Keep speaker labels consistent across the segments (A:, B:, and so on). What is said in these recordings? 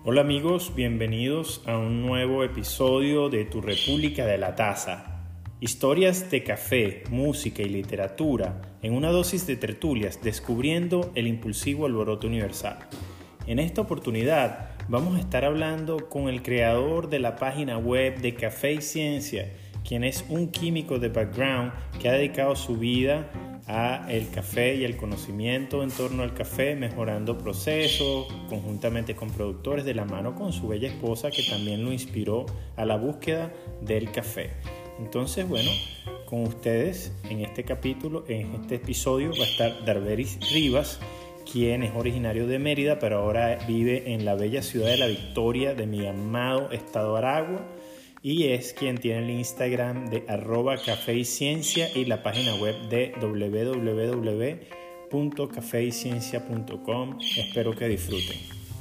A: Hola amigos, bienvenidos a un nuevo episodio de Tu República de la Taza. Historias de café, música y literatura en una dosis de tertulias descubriendo el impulsivo alboroto universal. En esta oportunidad vamos a estar hablando con el creador de la página web de Café y Ciencia, quien es un químico de background que ha dedicado su vida a el café y el conocimiento en torno al café, mejorando procesos conjuntamente con productores, de la mano con su bella esposa, que también lo inspiró a la búsqueda del café. Entonces, bueno, con ustedes en este capítulo, en este episodio, va a estar Darberis Rivas, quien es originario de Mérida, pero ahora vive en la bella ciudad de La Victoria, de mi amado estado Aragua, y es quien tiene el Instagram de @cafeyciencia y la página web de www.cafeyciencia.com. Espero que disfruten.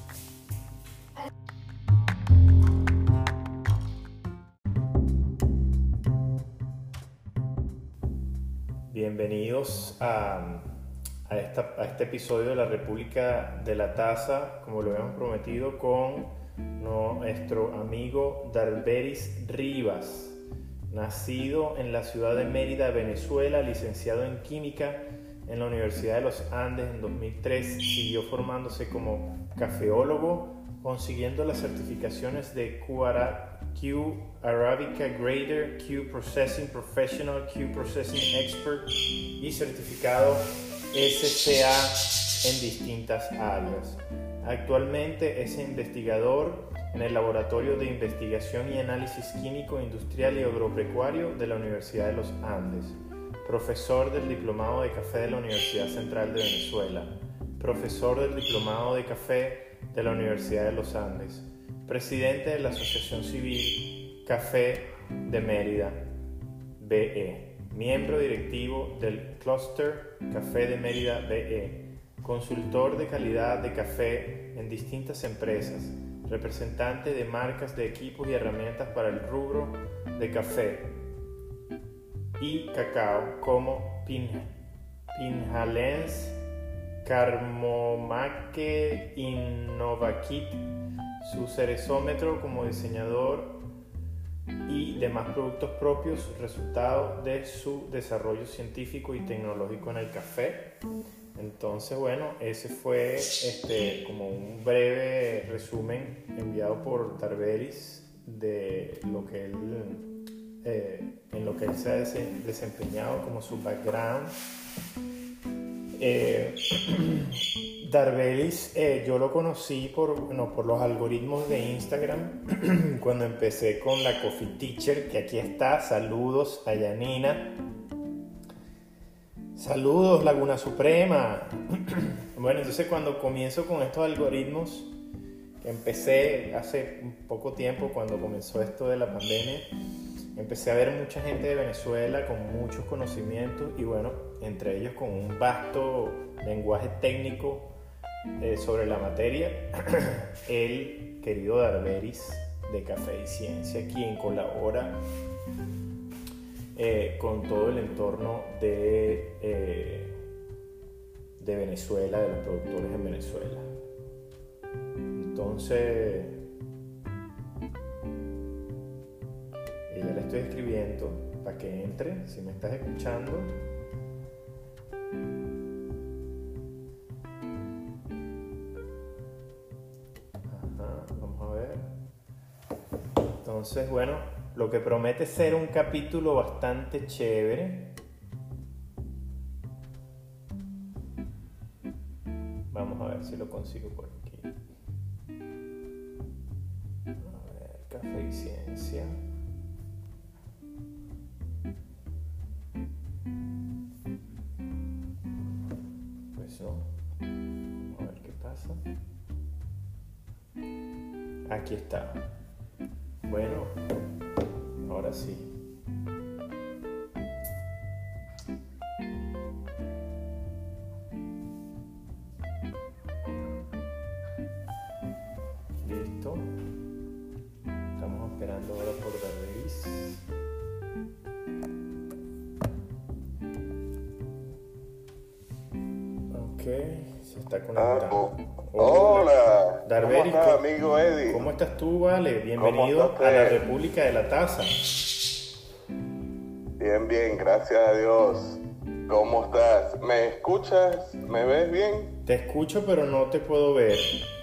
A: Bienvenidos a este episodio de la República de la Taza, como lo habíamos prometido, con nuestro amigo Darberis Rivas, nacido en la ciudad de Mérida, Venezuela, licenciado en Química en la Universidad de los Andes en 2003, siguió formándose como cafeólogo, consiguiendo las certificaciones de Q Arabica Grader, Q Processing Professional, Q Processing Expert y certificado SCA en distintas áreas. Actualmente es investigador en el Laboratorio de Investigación y Análisis Químico, Industrial y Agropecuario de la Universidad de los Andes, profesor del Diplomado de Café de la Universidad Central de Venezuela, profesor del Diplomado de Café de la Universidad de los Andes, presidente de la Asociación Civil Café de Mérida, BE, miembro directivo del Clúster Café de Mérida, BE, consultor de calidad de café en distintas empresas, representante de marcas de equipos y herramientas para el rubro de café y cacao como Pinhalens, Carmomaque, Innovakit, su cerezómetro como diseñador y demás productos propios, resultado de su desarrollo científico y tecnológico en el café. Entonces, bueno, ese fue como un breve resumen enviado por Darberis de lo que él, en lo que él se ha desempeñado, como su background. Darberis, yo lo conocí por los algoritmos de Instagram cuando empecé con la Coffee Teacher, que aquí está. Saludos a Yanina. Saludos, Laguna Suprema. Bueno, entonces cuando comienzo con estos algoritmos, empecé hace poco tiempo, cuando comenzó esto de la pandemia, empecé a ver mucha gente de Venezuela con muchos conocimientos y bueno, entre ellos con un vasto lenguaje técnico sobre la materia, el querido Darberis de Café y Ciencia, quien colabora con todo el entorno de Venezuela, de los productores en Venezuela. Entonces, ya le estoy escribiendo para que entre, si me estás escuchando. Vamos a ver. Entonces, bueno, lo que promete ser un capítulo bastante chévere. Vamos a ver si lo consigo por aquí. A ver, Café y Ciencia. Pues no. Vamos a ver qué pasa. Aquí está. Bueno, ahora sí. Listo. Estamos esperando ahora por Darberis. Ok, Se está conectando.
B: Hola.
A: Darberis,
B: ¿Cómo estás, amigo Eddie?
A: ¿Cómo estás tú, Vale? Bienvenido a la República de la Taza.
B: Bien, gracias a Dios. ¿Cómo estás? ¿Me escuchas? ¿Me ves bien?
A: Te escucho, pero no te puedo ver.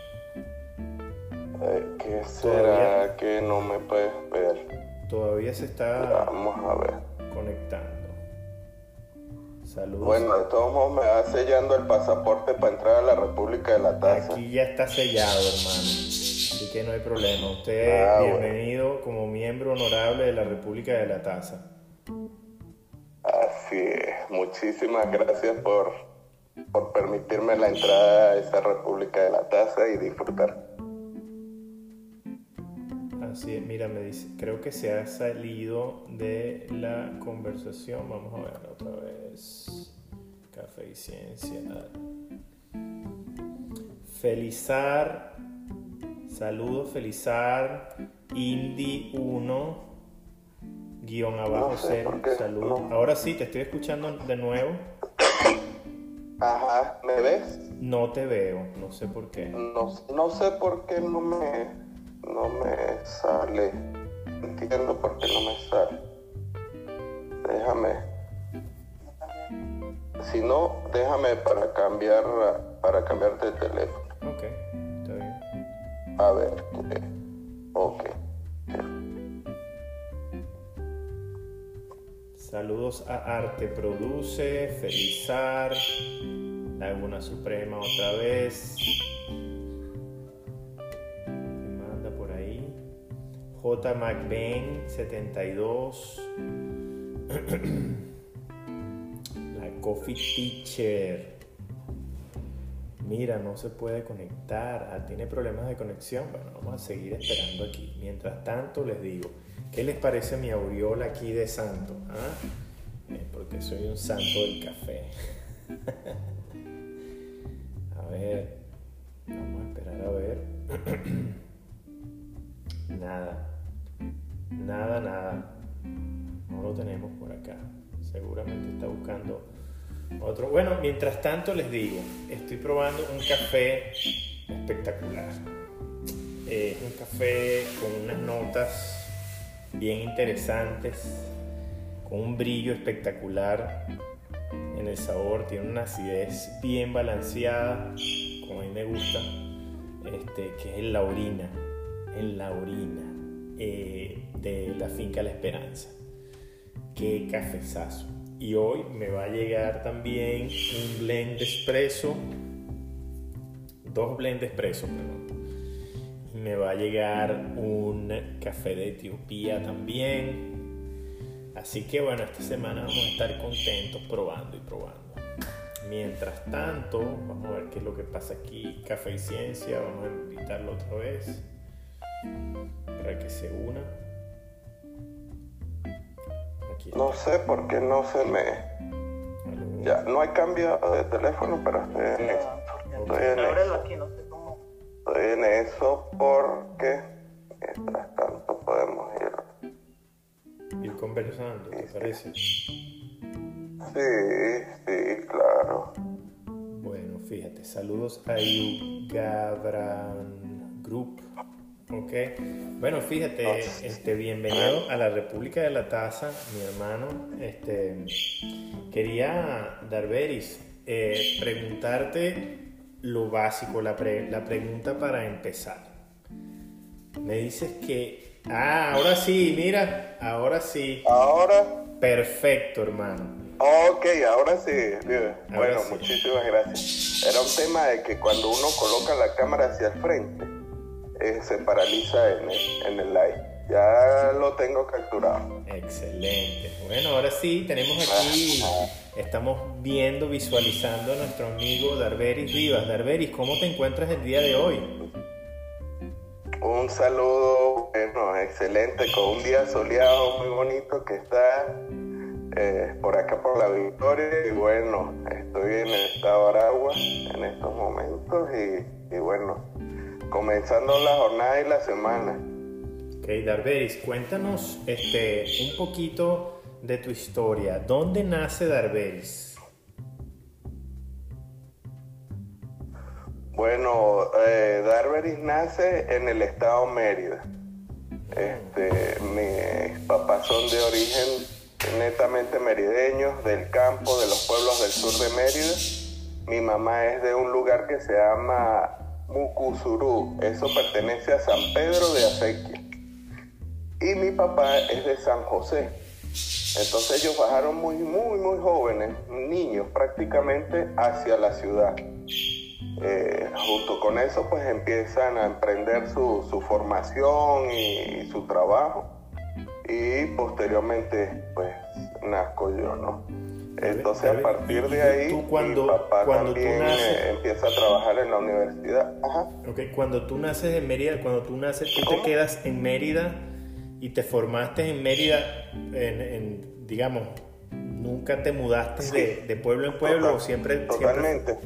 B: ¿Qué será que no me puedes ver?
A: Todavía se está
B: Vamos a ver.
A: conectando. Saludos.
B: Bueno, de todos modos me va sellando el pasaporte para entrar a la República de la Taza.
A: Aquí ya está sellado, hermano. Así que no hay problema. Usted bienvenido como miembro honorable de la República de la Taza.
B: Así es. Muchísimas gracias por permitirme la entrada a esa República de la Taza y disfrutar.
A: Así es, mira, me dice, creo que se ha salido de la conversación. Vamos a ver otra vez. Café y Ciencia. Felizar. Saludos, Felizar. Indy 1. Guión abajo,
B: no sé
A: 0. Saludos.
B: No.
A: Ahora sí, te estoy escuchando de nuevo.
B: Ajá, ¿me ves?
A: No te veo, no sé por qué.
B: No sé por qué no me sale. Entiendo por qué no me sale. Déjame. Si no, déjame para cambiarte de teléfono.
A: Ok, está bien.
B: A ver, ok.
A: Saludos a Arte Produce, Felizar, Laguna Suprema otra vez. Me manda por ahí. J. McBain 72. La Coffee Teacher. Mira, no se puede conectar. Tiene problemas de conexión. Bueno, vamos a seguir esperando aquí. Mientras tanto, les digo, ¿qué les parece mi aureola aquí de santo? Porque soy un santo del café. A ver, vamos a esperar a ver. Nada. No lo tenemos por acá. Seguramente está buscando otro. Bueno, mientras tanto les digo, estoy probando un café espectacular. Es un café con unas notas bien interesantes, con un brillo espectacular en el sabor, tiene una acidez bien balanceada, como a mí me gusta, que es el Laurina de la finca La Esperanza. Qué cafezazo. Y hoy me va a llegar también un blend de espresso, 2 blends de espresso, perdón. Me va a llegar un café de Etiopía también. Así que bueno, esta semana vamos a estar contentos probando. Mientras tanto, vamos a ver qué es lo que pasa aquí. Café y Ciencia, vamos a invitarlo otra vez para que se una. Aquí está.
B: No sé por qué no se me... Ya, no hay cambio de teléfono, pero estoy en eso porque mientras tanto podemos
A: ir conversando, ¿te parece?
B: Sí, claro.
A: Bueno, fíjate, saludos a Gabran Group. Ok, bueno, fíjate, bienvenido a la República de la Taza, mi hermano. Quería, Darberis, preguntarte lo básico, la pregunta para empezar. Me dices que... ahora sí, mira, ahora sí.
B: ¿Ahora?
A: Perfecto, hermano.
B: Ok, ahora sí. Bueno,
A: sí.
B: Muchísimas gracias. Era un tema de que cuando uno coloca la cámara hacia el frente, se paraliza en el live. Ya lo tengo capturado.
A: Excelente. Bueno, ahora sí, tenemos aquí, estamos visualizando a nuestro amigo Darberis Rivas. Darberis, ¿cómo te encuentras el día de hoy?
B: Un saludo, bueno, excelente, con un día soleado muy bonito que está por acá por la Victoria. Y bueno, estoy en el estado de Aragua en estos momentos y bueno, comenzando la jornada y la semana.
A: Ok, Darberis, cuéntanos un poquito de tu historia. ¿Dónde nace Darberis?
B: Bueno, Darberis nace en el estado Mérida. Mis papás son de origen netamente merideños, del campo, de los pueblos del sur de Mérida. Mi mamá es de un lugar que se llama Mucusurú, eso pertenece a San Pedro de Acequia. Y mi papá es de San José. Entonces ellos bajaron muy jóvenes, niños prácticamente, hacia la ciudad. Junto con eso pues empiezan a emprender su formación y su trabajo, y posteriormente pues nazco yo, ¿no? Entonces a partir de ahí mi papá también empieza a trabajar en la universidad. Ajá.
A: Okay, cuando tú naces en Mérida, tú te quedas en Mérida y te formaste en Mérida, digamos, ¿nunca te mudaste de pueblo en pueblo o siempre?
B: Totalmente.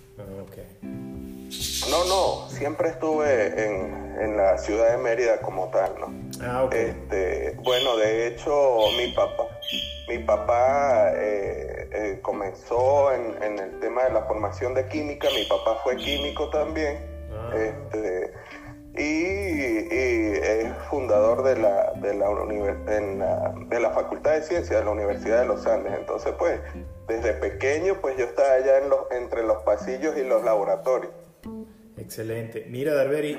B: No, siempre estuve en la ciudad de Mérida como tal, ¿no? Bueno, de hecho, mi papá comenzó en el tema de la formación de química. Mi papá fue químico también, y es fundador de la Facultad de Ciencias de la Universidad de los Andes. Entonces, pues, desde pequeño, pues yo estaba allá entre los pasillos y los laboratorios.
A: Excelente. Mira, Darberis,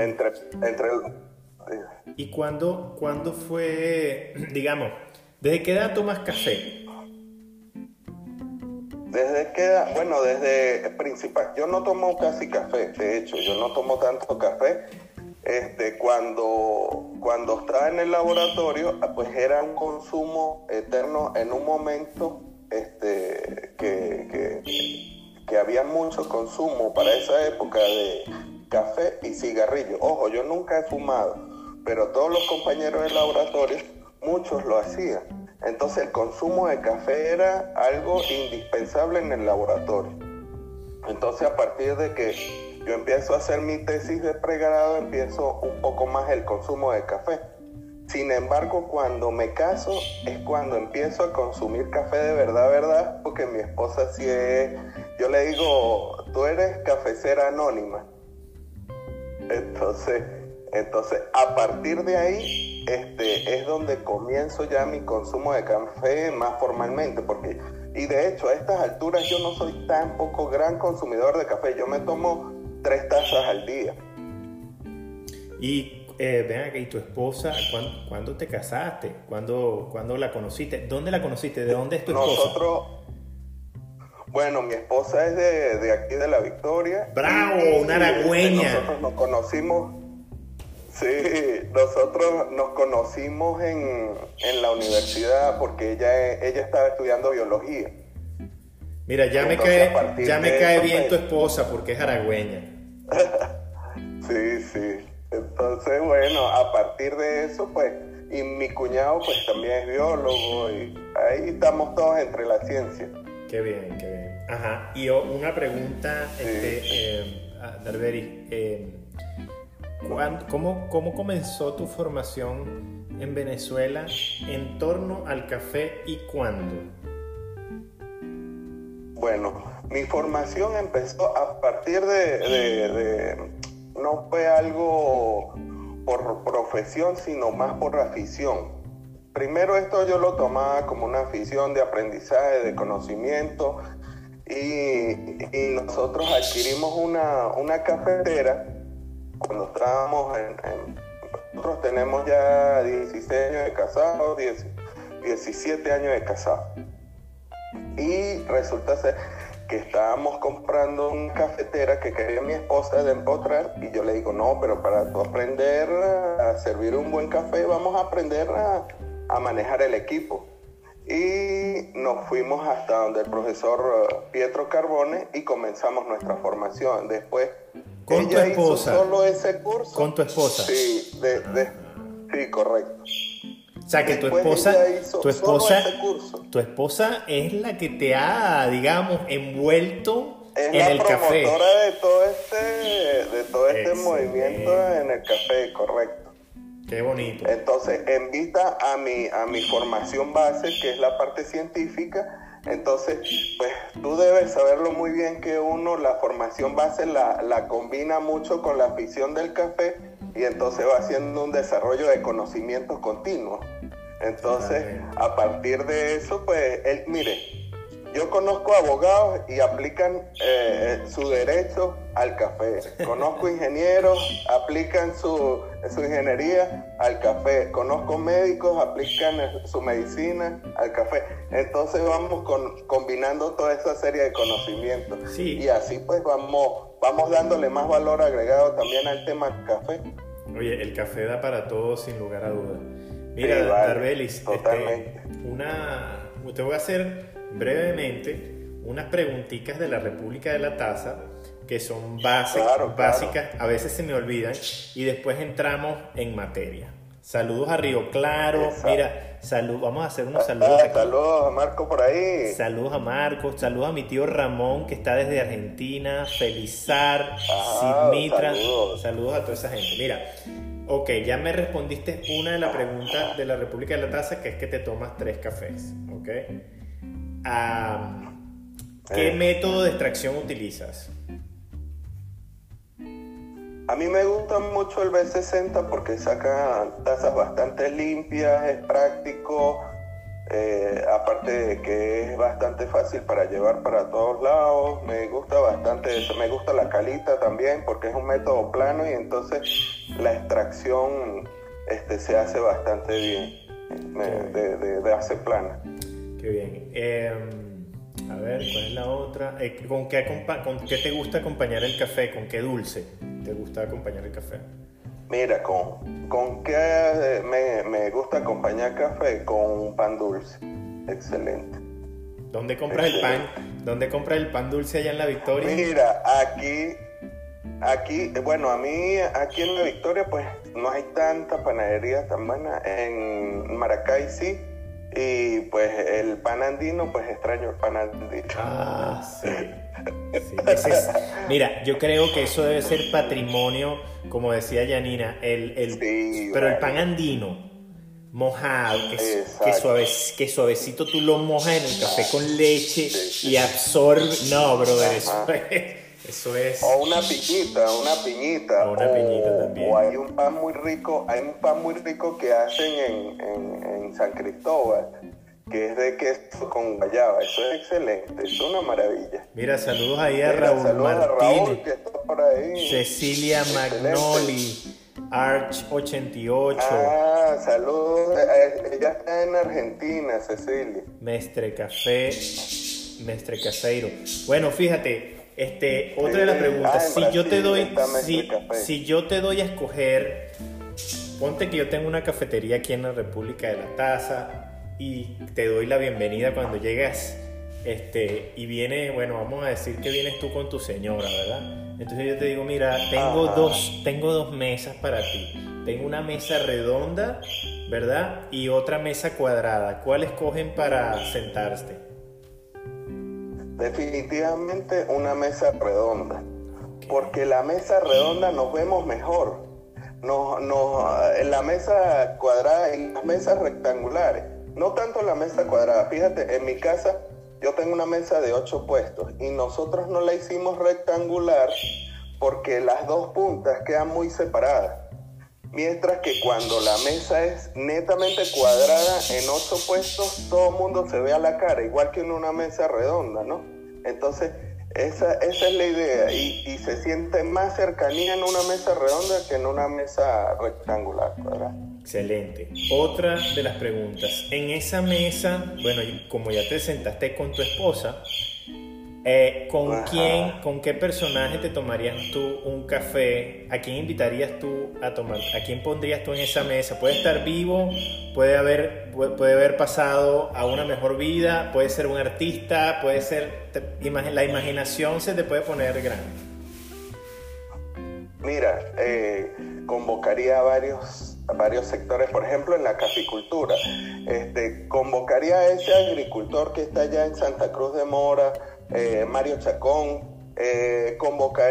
A: ¿y cuándo fue, digamos, desde qué edad tomas café?
B: Desde principal, yo no tomo casi café, de hecho, yo no tomo tanto café. Cuando estaba en el laboratorio, pues era un consumo eterno en un momento que había mucho consumo para esa época de café y cigarrillo. Ojo, yo nunca he fumado, pero todos los compañeros del laboratorio, muchos lo hacían. Entonces el consumo de café era algo indispensable en el laboratorio. Entonces a partir de que yo empiezo a hacer mi tesis de pregrado, empiezo un poco más el consumo de café. Sin embargo, cuando me caso es cuando empiezo a consumir café de verdad, porque mi esposa sí es, yo le digo, tú eres cafecera anónima. Entonces a partir de ahí es donde comienzo ya mi consumo de café más formalmente, y de hecho a estas alturas yo no soy tampoco gran consumidor de café, yo me tomo 3 tazas al día.
A: Y ven acá, ¿y tu esposa, cuándo te casaste? ¿Cuándo la conociste? ¿Dónde la conociste? ¿De dónde es tu esposa?
B: Bueno, mi esposa es de aquí de La Victoria.
A: ¡Bravo! ¡Una aragüeña!
B: Nosotros nos conocimos en la universidad porque ella estaba estudiando biología.
A: Mira, ya me cae bien tu esposa porque es aragüeña.
B: Sí. Entonces, bueno, a partir de eso, pues, y mi cuñado, pues, también es biólogo, y ahí estamos todos entre la ciencia.
A: Qué bien. Ajá, y una pregunta, Darberis, ¿cómo comenzó tu formación en Venezuela en torno al café y cuándo?
B: Bueno, mi formación empezó a partir no fue algo por profesión, sino más por afición. Primero esto yo lo tomaba como una afición de aprendizaje, de conocimiento, y nosotros adquirimos una cafetera cuando estábamos nosotros tenemos ya 16 años de casados, 17 años de casados. Y resulta ser que estábamos comprando una cafetera que quería mi esposa de empotrar, y yo le digo, no, pero para tú aprender a servir un buen café, vamos a aprender a manejar el equipo. Y nos fuimos hasta donde el profesor Pietro Carbone y comenzamos nuestra formación. Después,
A: ¿con tu esposa?
B: Hizo solo ese curso.
A: ¿Con tu esposa?
B: Sí, sí, correcto.
A: O sea, que tu esposa es la que te ha, digamos, envuelto en el café.
B: Es la promotora de todo este movimiento en el café, correcto.
A: Qué bonito.
B: Entonces, en vista a mi formación base, que es la parte científica, Entonces, pues tú debes saberlo muy bien que uno la formación base la combina mucho con la afición del café y entonces va haciendo un desarrollo de conocimientos continuos. Entonces, a partir de eso, pues, mire, yo conozco abogados y aplican su derecho al café. Conozco ingenieros, aplican su ingeniería al café. Conozco médicos, aplican su medicina al café. Entonces vamos combinando toda esa serie de conocimientos.
A: Sí.
B: Y así pues vamos dándole más valor agregado también al tema café.
A: Oye, el café da para todo sin lugar a dudas. Mira,
B: sí, vale,
A: Darbelis,
B: totalmente.
A: te voy a hacer brevemente unas preguntitas de la República de la Taza que son básicas, a veces se me olvidan y después entramos en materia. Saludos a Río Claro.
B: Exacto.
A: Mira, vamos a hacer unos saludos aquí.
B: Saludos a Marco por ahí.
A: Saludos a Marco, saludos a mi tío Ramón que está desde Argentina, Felizar, Sidmitra, saludos a toda esa gente. Mira, ok, ya me respondiste una de las preguntas de la República de la Taza, que es que te tomas 3 cafés, ¿ok? ¿Qué método de extracción utilizas?
B: A mí me gusta mucho el B60 porque saca tazas bastante limpias, es práctico, aparte de que es bastante fácil para llevar para todos lados. Me gusta bastante eso, me gusta la calita también porque es un método plano y entonces la extracción se hace bastante bien, de base plana.
A: Qué bien. A ver, ¿cuál es la otra? ¿Con qué te gusta acompañar el café? ¿Con qué dulce te gusta acompañar el café?
B: Mira, ¿con qué me gusta acompañar café? Con un pan dulce. Excelente.
A: ¿Dónde compras el pan? ¿Dónde compras el pan dulce allá en La Victoria?
B: Mira, bueno, a mí aquí en La Victoria pues no hay tanta panadería tan buena. En Maracay sí. Y pues el pan andino, pues extraño el pan andino.
A: Ah, sí. Mira, yo creo que eso debe ser patrimonio, como decía Yanina, pero el pan andino mojado, que suavecito tú lo mojas en el café con leche y absorbe. No, brother, eso es.
B: O una piñita.
A: O una piñita también.
B: O hay un pan muy rico que hacen en San Cristóbal, que es de queso con guayaba. Eso es excelente, es una maravilla.
A: Mira, saludos ahí a Raúl Martínez,
B: Raúl, que está por ahí.
A: Cecilia Magnoli, Arch 88.
B: Saludos. Ella está en Argentina, Cecilia.
A: Mestre Caseiro. Bueno, fíjate, otra de las preguntas, si yo te doy a escoger, ponte que yo tengo una cafetería aquí en la República de la Taza y te doy la bienvenida cuando llegas, y viene, bueno, vamos a decir que vienes tú con tu señora, ¿verdad? Entonces yo te digo, mira, tengo dos mesas para ti. Tengo una mesa redonda, ¿verdad? Y otra mesa cuadrada. ¿Cuál escogen para sentarse?
B: Definitivamente una mesa redonda, porque la mesa redonda nos vemos mejor. En la mesa cuadrada y las mesas rectangulares, no tanto la mesa cuadrada. Fíjate, en mi casa yo tengo una mesa de 8 puestos y nosotros no la hicimos rectangular porque las dos puntas quedan muy separadas. Mientras que cuando la mesa es netamente cuadrada en 8 puestos, todo el mundo se ve a la cara, igual que en una mesa redonda, ¿no? Entonces, esa es la idea, y se siente más cercanía en una mesa redonda que en una mesa rectangular, ¿verdad?
A: Excelente. Otra de las preguntas, en esa mesa, bueno, como ya te sentaste con tu esposa, ¿con qué personaje te tomarías tú un café? ¿A quién invitarías tú a tomar? ¿A quién pondrías tú en esa mesa? Puede estar vivo, puede haber pasado a una mejor vida, puede ser un artista, puede ser... la imaginación se te puede poner grande.
B: Mira, convocaría a varios sectores, por ejemplo en la caficultura. Convocaría a ese agricultor que está allá en Santa Cruz de Mora, Mario Chacón.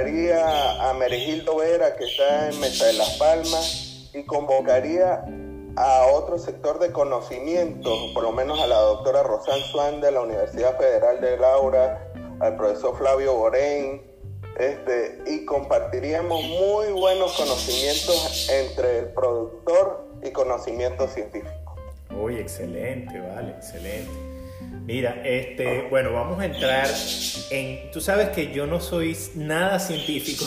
B: Convocaría a Meregildo Vera, que está en Mesa de las Palmas, y convocaría a otro sector de conocimiento, por lo menos a la doctora Rosanne Swan de la Universidad Federal de Laura, al profesor Flavio Borain, y compartiríamos muy buenos conocimientos entre el productor y conocimiento científico.
A: Uy, excelente, vale, excelente. Mira, bueno, vamos a entrar en... Tú sabes que yo no soy nada científico,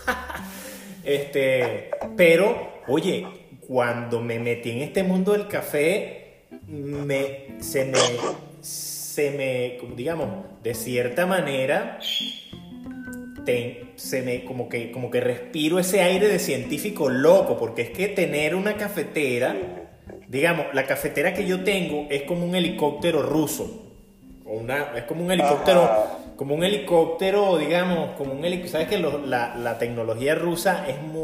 A: pero, oye, cuando me metí en este mundo del café, digamos, de cierta manera, como que respiro ese aire de científico loco, porque es que tener una cafetera, digamos, la cafetera que yo tengo es como un helicóptero ruso, es como un helicóptero, digamos, sabes que la tecnología rusa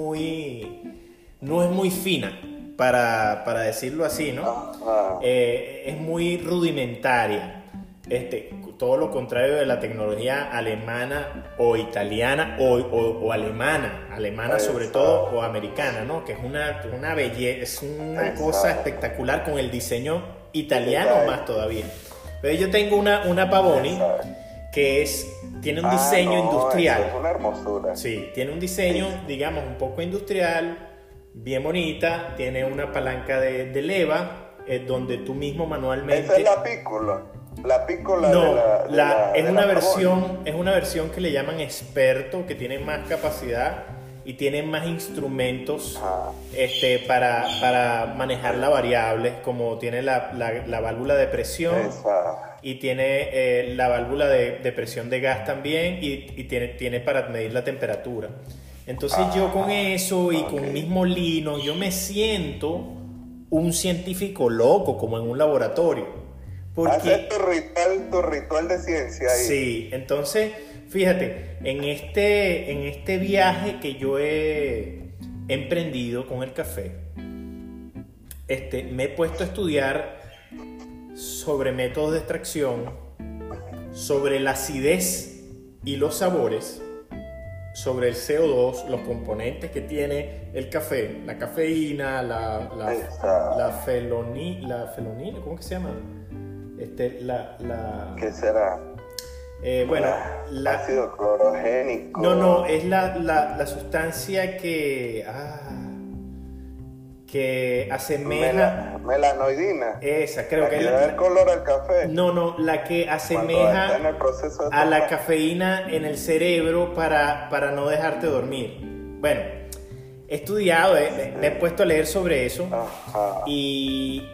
A: no es muy fina, para decirlo así, ¿no? Es muy rudimentaria. Todo lo contrario de la tecnología alemana o italiana o alemana sobre todo, o americana, ¿no? Que es una belleza, es una cosa espectacular, con el diseño italiano más todavía. Pero yo tengo una Pavoni que tiene un diseño industrial.
B: Es una hermosura.
A: Sí, tiene un diseño, digamos, un poco industrial, bien bonita, tiene una palanca de leva, donde tú mismo manualmente...
B: Esa es la pícola. La pícola
A: no,
B: es
A: una versión que le llaman experto, que tiene más capacidad y tiene más instrumentos para manejar la variable, como tiene la válvula de presión. Y tiene la válvula de presión de gas también, y tiene para medir la temperatura. Entonces yo con eso y con mis molinos, yo me siento un científico loco, como en un laboratorio.
B: Haces tu ritual de ciencia ahí.
A: Sí, entonces, fíjate, en este viaje que yo he emprendido con el café, me he puesto a estudiar sobre métodos de extracción, sobre la acidez y los sabores, sobre el CO2, los componentes que tiene el café, la cafeína, la felonina, ¿cómo que se llama?
B: ¿Qué será?
A: Bueno,
B: ácido clorogénico.
A: No, es la sustancia que asemeja...
B: melanoidina.
A: Esa, creo que
B: da el color al café.
A: No, la que asemeja a la cafeína en el cerebro para no dejarte dormir. Bueno, he estudiado, me he puesto a leer sobre eso. Y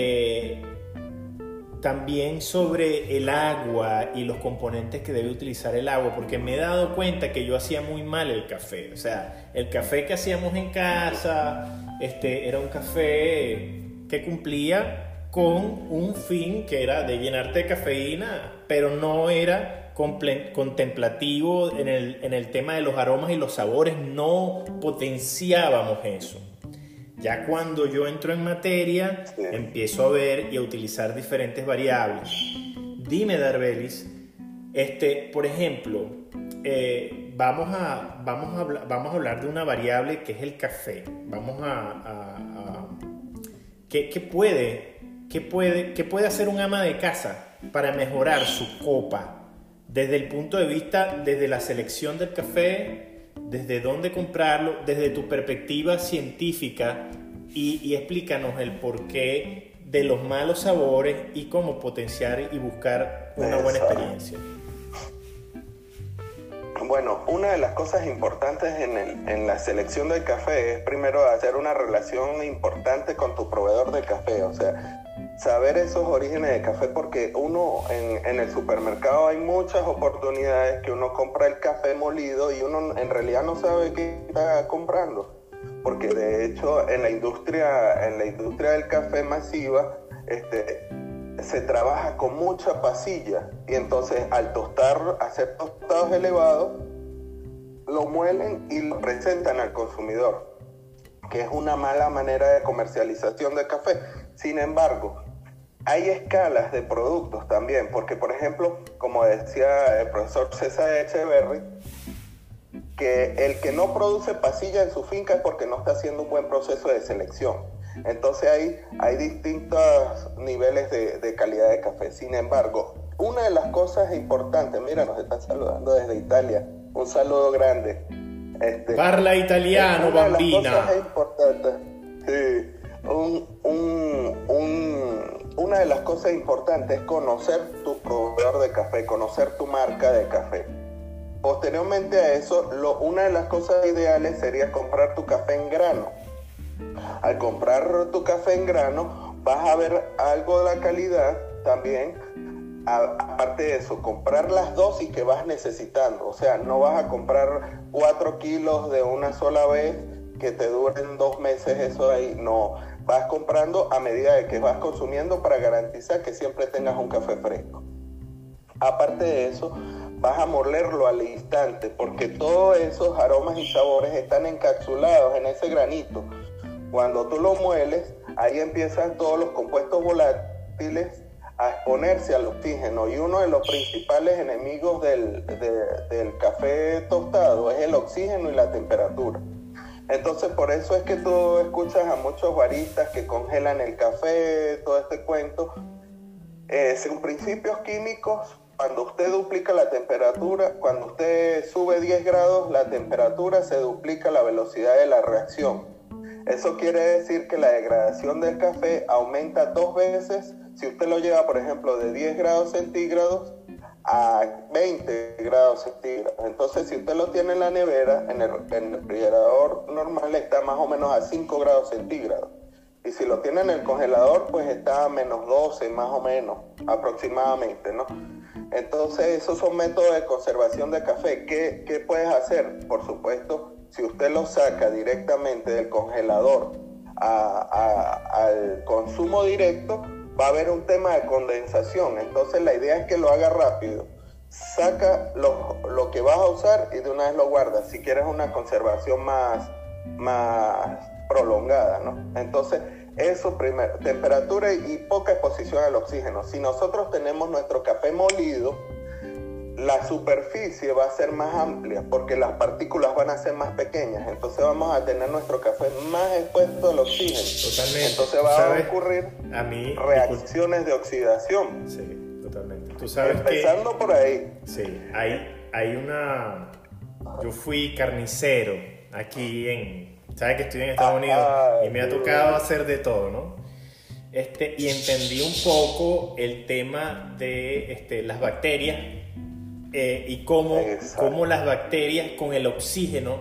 A: también sobre el agua y los componentes que debe utilizar el agua, porque me he dado cuenta que yo hacía muy mal el café. O sea, el café que hacíamos en casa era un café que cumplía con un fin que era de llenarte de cafeína, pero no era contemplativo en el tema de los aromas y los sabores, no potenciábamos eso. Ya cuando yo entro en materia, empiezo a ver y a utilizar diferentes variables. Dime, Darbelis, por ejemplo, vamos a hablar de una variable que es el café. ¿Qué puede hacer un ama de casa para mejorar su copa? Desde el punto de vista, desde la selección del café, desde dónde comprarlo, desde tu perspectiva científica, y explícanos el porqué de los malos sabores y cómo potenciar y buscar una buena experiencia.
B: Bueno, una de las cosas importantes en la selección del café es primero hacer una relación importante con tu proveedor de café, o sea, saber esos orígenes de café, porque uno en el supermercado hay muchas oportunidades que uno compra el café molido y uno en realidad no sabe qué está comprando, porque de hecho en la industria del café masiva se trabaja con mucha pasilla, y entonces al hacer tostados elevados, lo muelen y lo presentan al consumidor, que es una mala manera de comercialización del café. Sin embargo, hay escalas de productos también, porque por ejemplo, como decía el profesor César Echeverry, que el que no produce pasilla en su finca es porque no está haciendo un buen proceso de selección. Entonces hay distintos niveles de calidad de café. Sin embargo, una de las cosas importantes, mira, nos están saludando desde Italia, un saludo grande.
A: Parla italiano, bambina.
B: Una de las cosas importantes, sí, una de las cosas importantes es conocer tu proveedor de café, conocer tu marca de café. Posteriormente a eso, una de las cosas ideales sería comprar tu café en grano. Al comprar tu café en grano, vas a ver algo de la calidad también. Aparte de eso, comprar las dosis que vas necesitando. O sea, no vas a comprar 4 kilos de una sola vez que te duren 2 meses eso ahí. No, vas comprando a medida de que vas consumiendo para garantizar que siempre tengas un café fresco. Aparte de eso, vas a molerlo al instante porque todos esos aromas y sabores están encapsulados en ese granito. Cuando tú lo mueles, ahí empiezan todos los compuestos volátiles a exponerse al oxígeno, y uno de los principales enemigos del café tostado es el oxígeno y la temperatura. Entonces por eso es que tú escuchas a muchos baristas que congelan el café, todo este cuento. Según principios químicos, cuando usted duplica la temperatura, cuando usted sube 10 grados la temperatura, se duplica la velocidad de la reacción. Eso quiere decir que la degradación del café aumenta 2 veces si usted lo lleva, por ejemplo, de 10 grados centígrados a 20 grados centígrados. Entonces, si usted lo tiene en la nevera, en el refrigerador normal, está más o menos a 5 grados centígrados. Y si lo tiene en el congelador, pues está a menos 12, más o menos, aproximadamente, ¿no? Entonces, esos son métodos de conservación de café. ¿Qué puedes hacer? Por supuesto, si usted lo saca directamente del congelador al consumo directo, va a haber un tema de condensación. Entonces la idea es que lo haga rápido. Saca lo que vas a usar y de una vez lo guardas, si quieres una conservación más prolongada, ¿no? Entonces, eso primero, temperatura y poca exposición al oxígeno. Si nosotros tenemos nuestro café molido, la superficie va a ser más amplia porque las partículas van a ser más pequeñas. Entonces vamos a tener nuestro café más expuesto al oxígeno.
A: Totalmente.
B: Entonces va a ocurrir reacciones de oxidación.
A: Sí, totalmente. Tú sabes
B: empezando por ahí.
A: Sí, hay una... Yo fui carnicero aquí sabes que estoy en Estados Unidos y me ha tocado hacer de todo, ¿no? Y entendí un poco el tema de las bacterias y cómo las bacterias con el oxígeno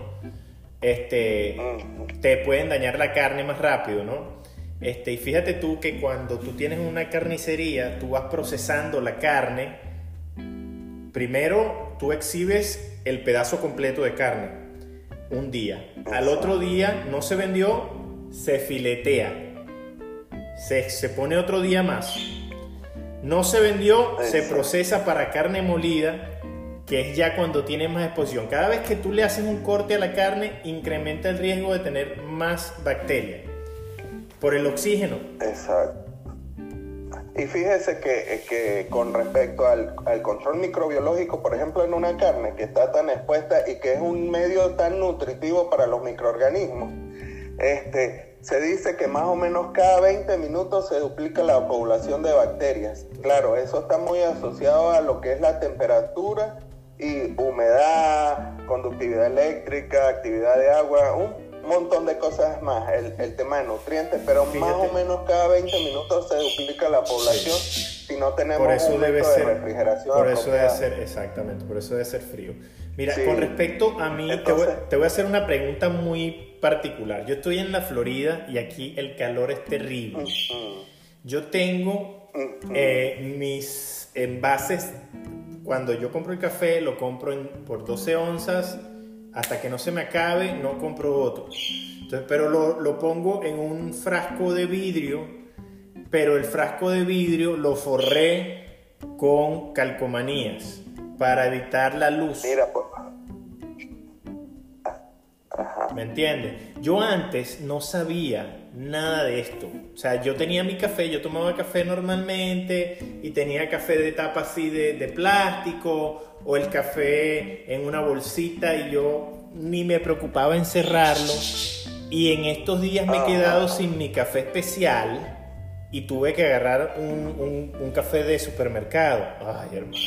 A: te pueden dañar la carne más rápido, ¿no? Y fíjate tú que cuando tú tienes una carnicería, tú vas procesando la carne. Primero tú exhibes el pedazo completo de carne un día. Al otro día no se vendió, se filetea. Se pone otro día más. No se vendió, se procesa para carne molida, que es ya cuando tiene más exposición. Cada vez que tú le haces un corte a la carne, incrementa el riesgo de tener más bacterias por el oxígeno.
B: Exacto. Y fíjese que con respecto al control microbiológico, por ejemplo, en una carne que está tan expuesta y que es un medio tan nutritivo para los microorganismos, se dice que más o menos cada 20 minutos se duplica la población de bacterias. Claro, eso está muy asociado a lo que es la temperatura y humedad, conductividad eléctrica, actividad de agua, un montón de cosas más, el tema de nutrientes, pero fíjate, más o menos cada 20 minutos se duplica la población si no tenemos un método de refrigeración.
A: Por eso debe ser, exactamente, por eso debe ser frío. Mira, con respecto a mí, entonces, te voy a hacer una pregunta muy particular. Yo estoy en la Florida y aquí el calor es terrible. Yo tengo mis envases, cuando yo compro el café, lo compro por 12 onzas, hasta que no se me acabe, no compro otro. Entonces, pero lo pongo en un frasco de vidrio, pero el frasco de vidrio lo forré con calcomanías para evitar la luz.
B: Mira, pues.
A: ¿Me entiendes? Yo antes no sabía nada de esto. O sea, yo tenía mi café, yo tomaba café normalmente y tenía café de tapa así de plástico o el café en una bolsita y yo ni me preocupaba en cerrarlo Y en estos días me he quedado sin mi café especial y tuve que agarrar un café de supermercado. Ay, hermano.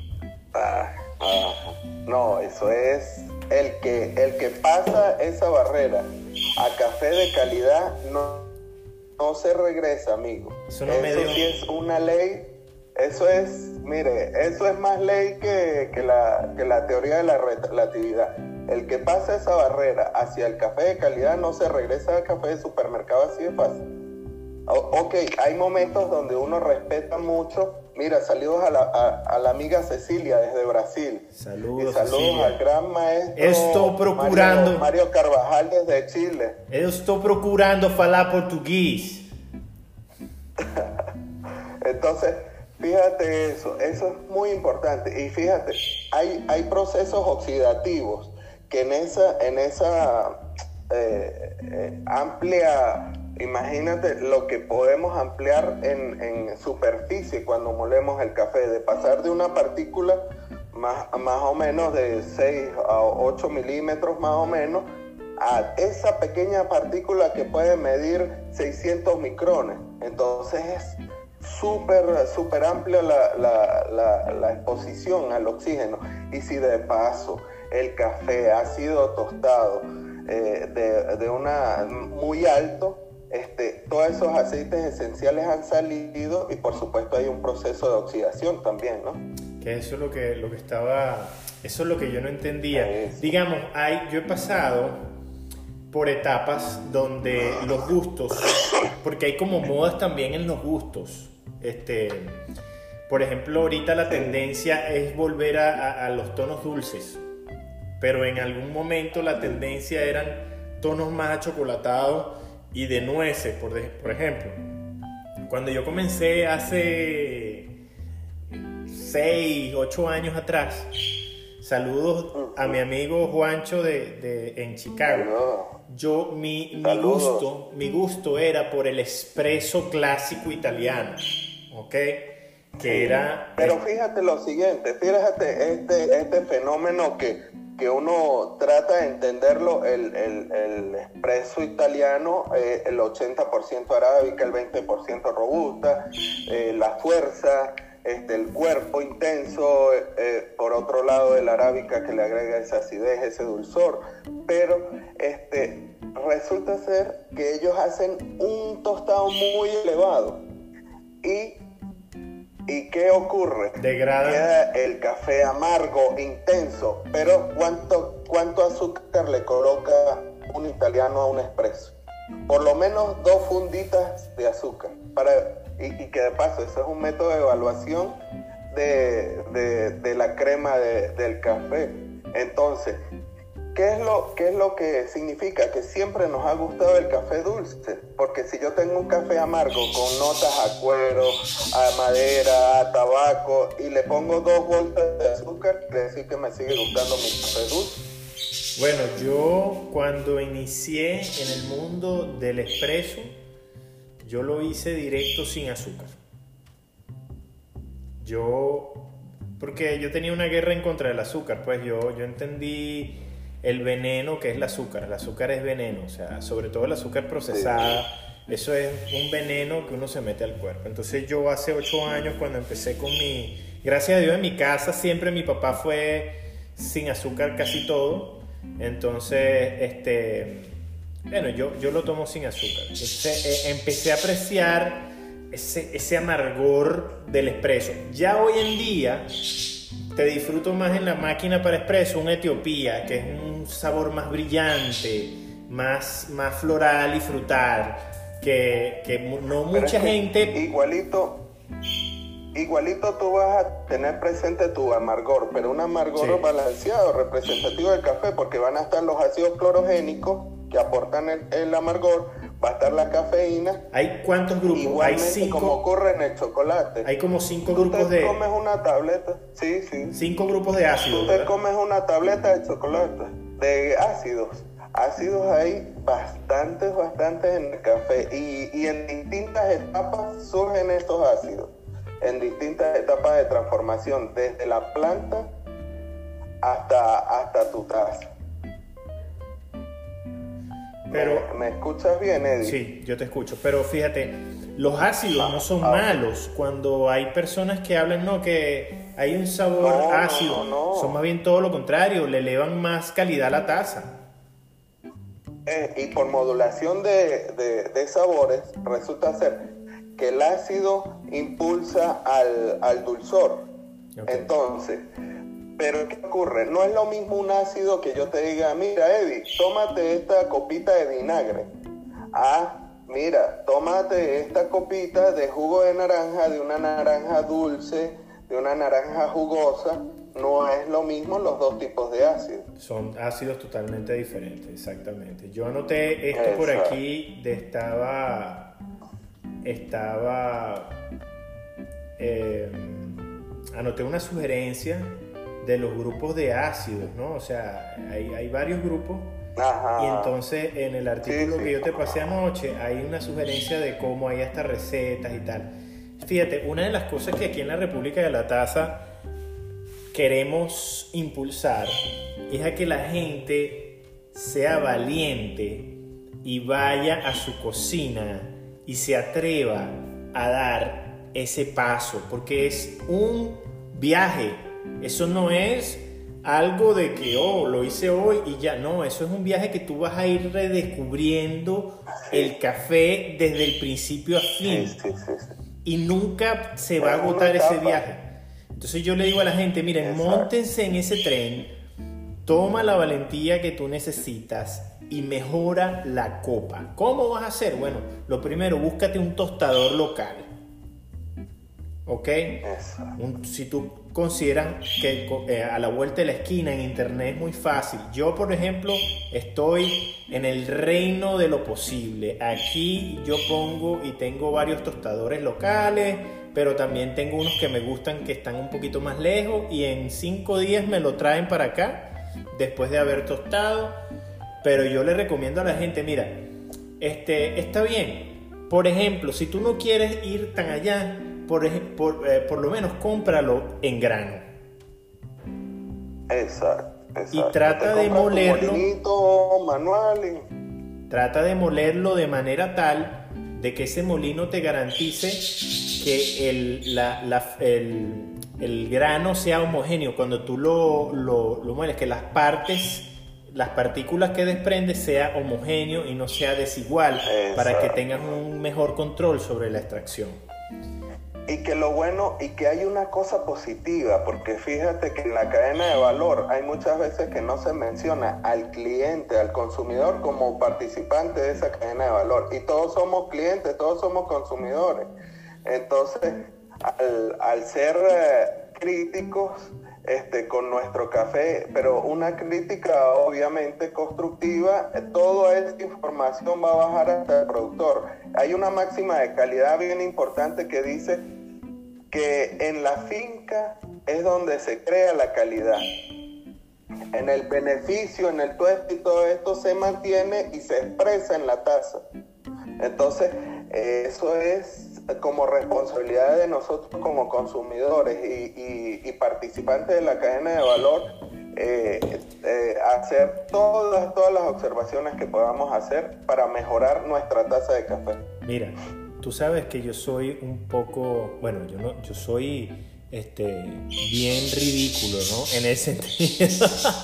B: No, eso es el que pasa esa barrera a café de calidad no se regresa, amigo.
A: Eso no me dio.
B: Sí es una ley. Eso es, mire, eso es más ley que la teoría de la relatividad. El que pasa esa barrera hacia el café de calidad no se regresa al café de supermercado así de fácil. Ok, hay momentos donde uno respeta mucho. Mira, saludos a la amiga Cecilia desde Brasil.
A: Saludos,
B: y saludos
A: Cecilia.
B: Al gran maestro
A: Estou procurando
B: Mario Carvajal desde Chile.
A: Eu estou procurando falar portugués.
B: Entonces, fíjate eso es muy importante. Y fíjate, hay procesos oxidativos que en esa amplia, imagínate lo que podemos ampliar en superficie cuando molemos el café, de pasar de una partícula más o menos de 6 a 8 milímetros más o menos, a esa pequeña partícula que puede medir 600 micrones. Entonces es súper amplia la exposición al oxígeno. Y si de paso el café ha sido tostado de una muy alto, todos esos aceites esenciales han salido y por supuesto hay un proceso de oxidación también, ¿no?
A: Que eso es lo que estaba, eso es lo que yo no entendía. Digamos, yo he pasado por etapas donde los gustos, porque hay como modas también en los gustos. Por ejemplo, ahorita la tendencia es volver a los tonos dulces, pero en algún momento la tendencia eran tonos más achocolatados y de nueces, por ejemplo. Cuando yo comencé hace 6, 8 años atrás, saludos a mi amigo Juancho en Chicago. Mi gusto era por el espresso clásico italiano, ¿ok? Que era...
B: Pero fíjate lo siguiente, fíjate este fenómeno que uno trata de entenderlo, el espresso italiano, el 80% arábica, el 20% robusta, la fuerza, el cuerpo intenso, por otro lado el arábica que le agrega esa acidez, ese dulzor, pero resulta ser que ellos hacen un tostado muy elevado ¿Y qué ocurre?
A: Degrada.
B: Queda el café amargo, intenso, pero ¿cuánto azúcar le coloca un italiano a un espresso? Por lo menos 2 funditas de azúcar. Y que de paso, eso es un método de evaluación de la crema del café. Entonces, ¿qué es lo que significa? Que siempre nos ha gustado el café dulce, porque si yo tengo un café amargo con notas a cuero, a madera, a tabaco, y le pongo 2 bolsas de azúcar, quiere decir que me sigue gustando mi café dulce.
A: Bueno, yo cuando inicié en el mundo del espresso, yo lo hice directo sin azúcar. Porque yo tenía una guerra en contra del azúcar, pues yo entendí el veneno que es el azúcar. El azúcar es veneno, o sea, sobre todo el azúcar procesada, eso es un veneno que uno se mete al cuerpo. Entonces yo hace 8 años cuando empecé gracias a Dios en mi casa siempre mi papá fue sin azúcar casi todo. Entonces, bueno, yo lo tomo sin azúcar. Entonces empecé a apreciar ese amargor del espresso. Ya hoy en día te disfruto más en la máquina para espresso un Etiopía, que es un sabor más brillante, más floral y frutal, que no mucha gente...
B: Igualito tú vas a tener presente tu amargor, pero un amargor balanceado, representativo del café, porque van a estar los ácidos clorogénicos que aportan el amargor, va a estar la cafeína.
A: ¿Hay cuántos grupos?
B: Igualmente,
A: hay 5,
B: como ocurre en el chocolate.
A: Hay como 5 grupos de...
B: Tú te comes una tableta, sí.
A: 5 grupos de ácidos.
B: Tú te comes una tableta de chocolate, de ácidos. Ácidos hay bastantes en el café y en distintas etapas surgen estos ácidos. En distintas etapas de transformación, desde la planta hasta tu taza.
A: Pero,
B: ¿Me escuchas bien, Eddie?
A: Sí, yo te escucho. Pero fíjate, los ácidos no son malos. Cuando hay personas que hablan, no, que hay un sabor ácido, son más bien todo lo contrario, le elevan más calidad a la taza.
B: Y por modulación de sabores, resulta ser que el ácido impulsa al dulzor. Okay. Entonces, pero ¿qué ocurre? No es lo mismo un ácido que yo te diga, mira, Eddie, tómate esta copita de vinagre. Mira, tómate esta copita de jugo de naranja, de una naranja dulce, de una naranja jugosa. No es lo mismo los dos tipos de ácidos.
A: Son ácidos totalmente diferentes, exactamente. Yo anoté esto por aquí, anoté una sugerencia de los grupos de ácidos, ¿no? O sea, hay varios grupos. Ajá. Y entonces en el artículo que yo te pasé anoche hay una sugerencia de cómo hay hasta recetas y tal. Fíjate, una de las cosas que aquí en la República de la Taza queremos impulsar es a que la gente sea valiente y vaya a su cocina y se atreva a dar ese paso, porque es un viaje. Eso no es algo de que lo hice hoy y ya no, eso es un viaje que tú vas a ir redescubriendo el café desde el principio a fin. Y nunca se va a agotar ese viaje. Entonces yo le digo a la gente, miren, móntense en ese tren, toma la valentía que tú necesitas y mejora la copa. ¿Cómo vas a hacer? Bueno, lo primero, búscate un tostador local. ¿Ok? Si tú consideras que a la vuelta de la esquina en internet es muy fácil. Yo, por ejemplo, estoy en el reino de lo posible. Aquí yo pongo y tengo varios tostadores locales, pero también tengo unos que me gustan que están un poquito más lejos y en 5 días me lo traen para acá después de haber tostado. Pero yo le recomiendo a la gente, mira, está bien. Por ejemplo, si tú no quieres ir tan allá, por lo menos cómpralo en grano.
B: Exacto.
A: Y trata de molerlo.
B: Manual.
A: Trata de molerlo de manera tal de que ese molino te garantice que el grano sea homogéneo. Cuando tú lo mueles, que las partículas que desprende sea homogéneo y no sea desigual. Exacto. Para que tengas un mejor control sobre la extracción.
B: Y que lo bueno, y que hay una cosa positiva, porque fíjate que en la cadena de valor hay muchas veces que no se menciona al cliente, al consumidor como participante de esa cadena de valor. Y todos somos clientes, todos somos consumidores. Entonces, al ser críticos con nuestro café, pero una crítica obviamente constructiva, toda esta información va a bajar hasta el productor. Hay una máxima de calidad bien importante que dice que en la finca es donde se crea la calidad. En el beneficio, en el tueste y todo esto se mantiene y se expresa en la taza. Entonces, eso es como responsabilidad de nosotros como consumidores y participantes de la cadena de valor, hacer todas las observaciones que podamos hacer para mejorar nuestra taza de café.
A: Mira, tú sabes que yo soy un poco, bueno, yo soy bien ridículo, ¿no? En ese sentido.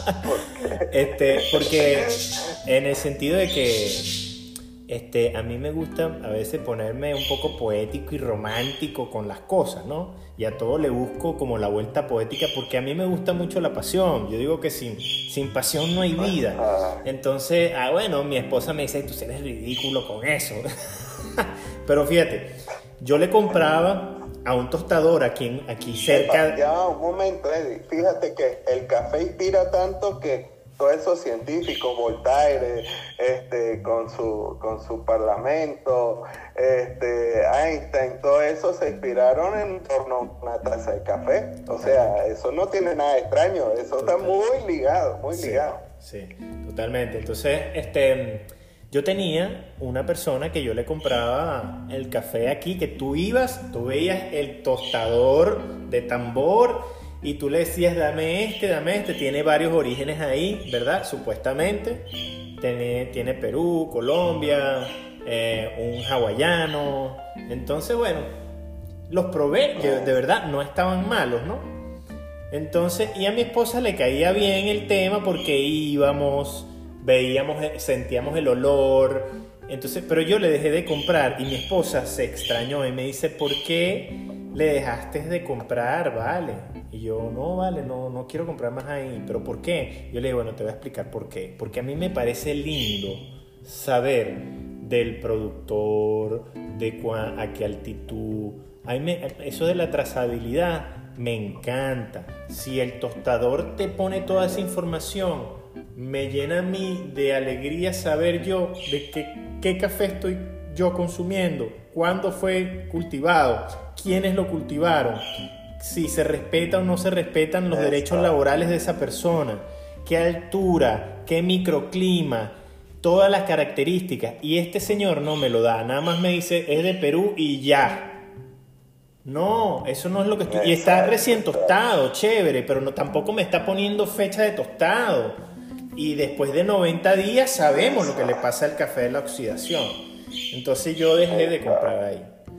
A: Porque en el sentido de que a mí me gusta a veces ponerme un poco poético y romántico con las cosas, ¿no? Y a todo le busco como la vuelta poética, porque a mí me gusta mucho la pasión. Yo digo que sin pasión no hay vida. Entonces, bueno, mi esposa me dice, tú eres ridículo con eso. Pero fíjate, yo le compraba a un tostador aquí cerca.
B: Ya, un momento, Eddie. Fíjate que el café inspira tanto que todos esos científicos, Voltaire, con su parlamento, Einstein, todo eso se inspiraron en torno a una taza de café. O sea, eso no tiene nada de extraño, eso está muy ligado, ligado.
A: Sí, totalmente. Entonces, yo tenía una persona que yo le compraba el café aquí, que tú veías el tostador de tambor y tú le decías, dame este, tiene varios orígenes ahí, ¿verdad? Supuestamente. tiene Perú, Colombia, un hawaiano. Entonces, bueno, los probé, que de verdad no estaban malos, ¿no? Entonces, y a mi esposa le caía bien el tema porque íbamos, veíamos, sentíamos el olor. Entonces, pero yo le dejé de comprar y mi esposa se extrañó y me dice, ¿por qué le dejaste de comprar? Vale. Y yo, no, vale, no quiero comprar más ahí. ¿Pero por qué? Yo le digo, bueno, te voy a explicar por qué. Porque a mí me parece lindo saber del productor, a qué altitud. Eso de la trazabilidad me encanta. Si el tostador te pone toda esa información, me llena a mí de alegría saber yo de qué café estoy yo consumiendo, cuándo fue cultivado, quiénes lo cultivaron, si se respeta o no se respetan los derechos laborales de esa persona, qué altura, qué microclima, todas las características. Y este señor no me lo da, nada más me dice, es de Perú y ya. No, eso no es lo que estoy... Y está recién tostado, chévere, pero tampoco me está poniendo fecha de tostado. Y después de 90 días sabemos lo que le pasa al café de la oxidación. Entonces yo dejé de comprar ahí.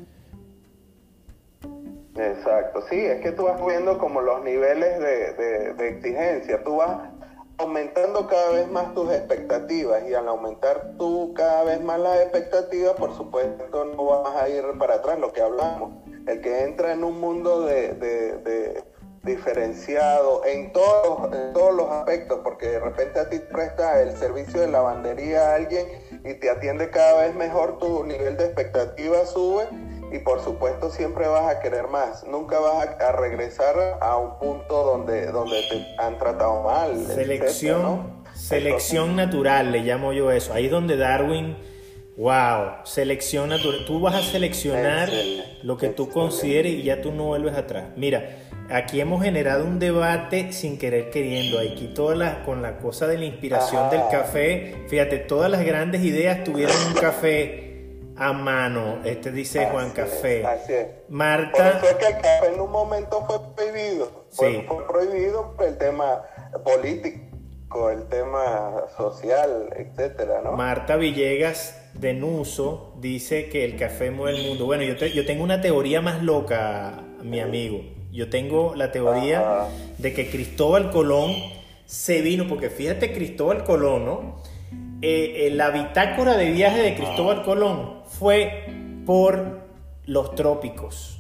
B: Exacto, sí, es que tú vas viendo como los niveles de exigencia, tú vas aumentando cada vez más tus expectativas, y al aumentar tú cada vez más las expectativas, por supuesto no vas a ir para atrás, lo que hablamos. El que entra en un mundo de diferenciado en todos los aspectos, porque de repente a ti prestas el servicio de lavandería a alguien y te atiende cada vez mejor, tu nivel de expectativa sube y por supuesto siempre vas a querer más, nunca vas a regresar a un punto donde te han tratado mal.
A: Selección,
B: etcétera, ¿no?
A: selección natural, le llamo yo eso. Ahí es donde Darwin, wow, selección natural. Tú vas a seleccionar lo que tú consideres y ya tú no vuelves atrás. Mira, aquí hemos generado un debate sin querer queriendo. Aquí con la cosa de la inspiración del café, fíjate, todas las grandes ideas tuvieron un café a mano. Dice Juan Café.
B: Así es.
A: Marta.
B: Por eso es que el café en un momento fue prohibido.
A: Sí.
B: Fue prohibido por el tema político, el tema social, etcétera, ¿no?
A: Marta Villegas de Nuso dice que el café mueve el mundo. Bueno, yo tengo una teoría más loca, mi amigo. Yo tengo la teoría de que Cristóbal Colón se vino, porque fíjate, Cristóbal Colón, ¿no? La bitácora de viaje de Cristóbal Colón fue por los trópicos.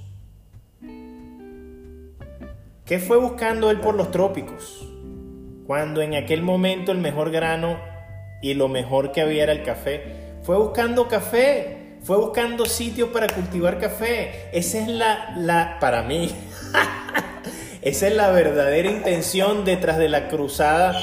A: ¿Qué fue buscando él por los trópicos? Cuando en aquel momento el mejor grano y lo mejor que había era el café. Fue buscando café, fue buscando sitios para cultivar café. Esa es para mí, esa es la verdadera intención detrás de la cruzada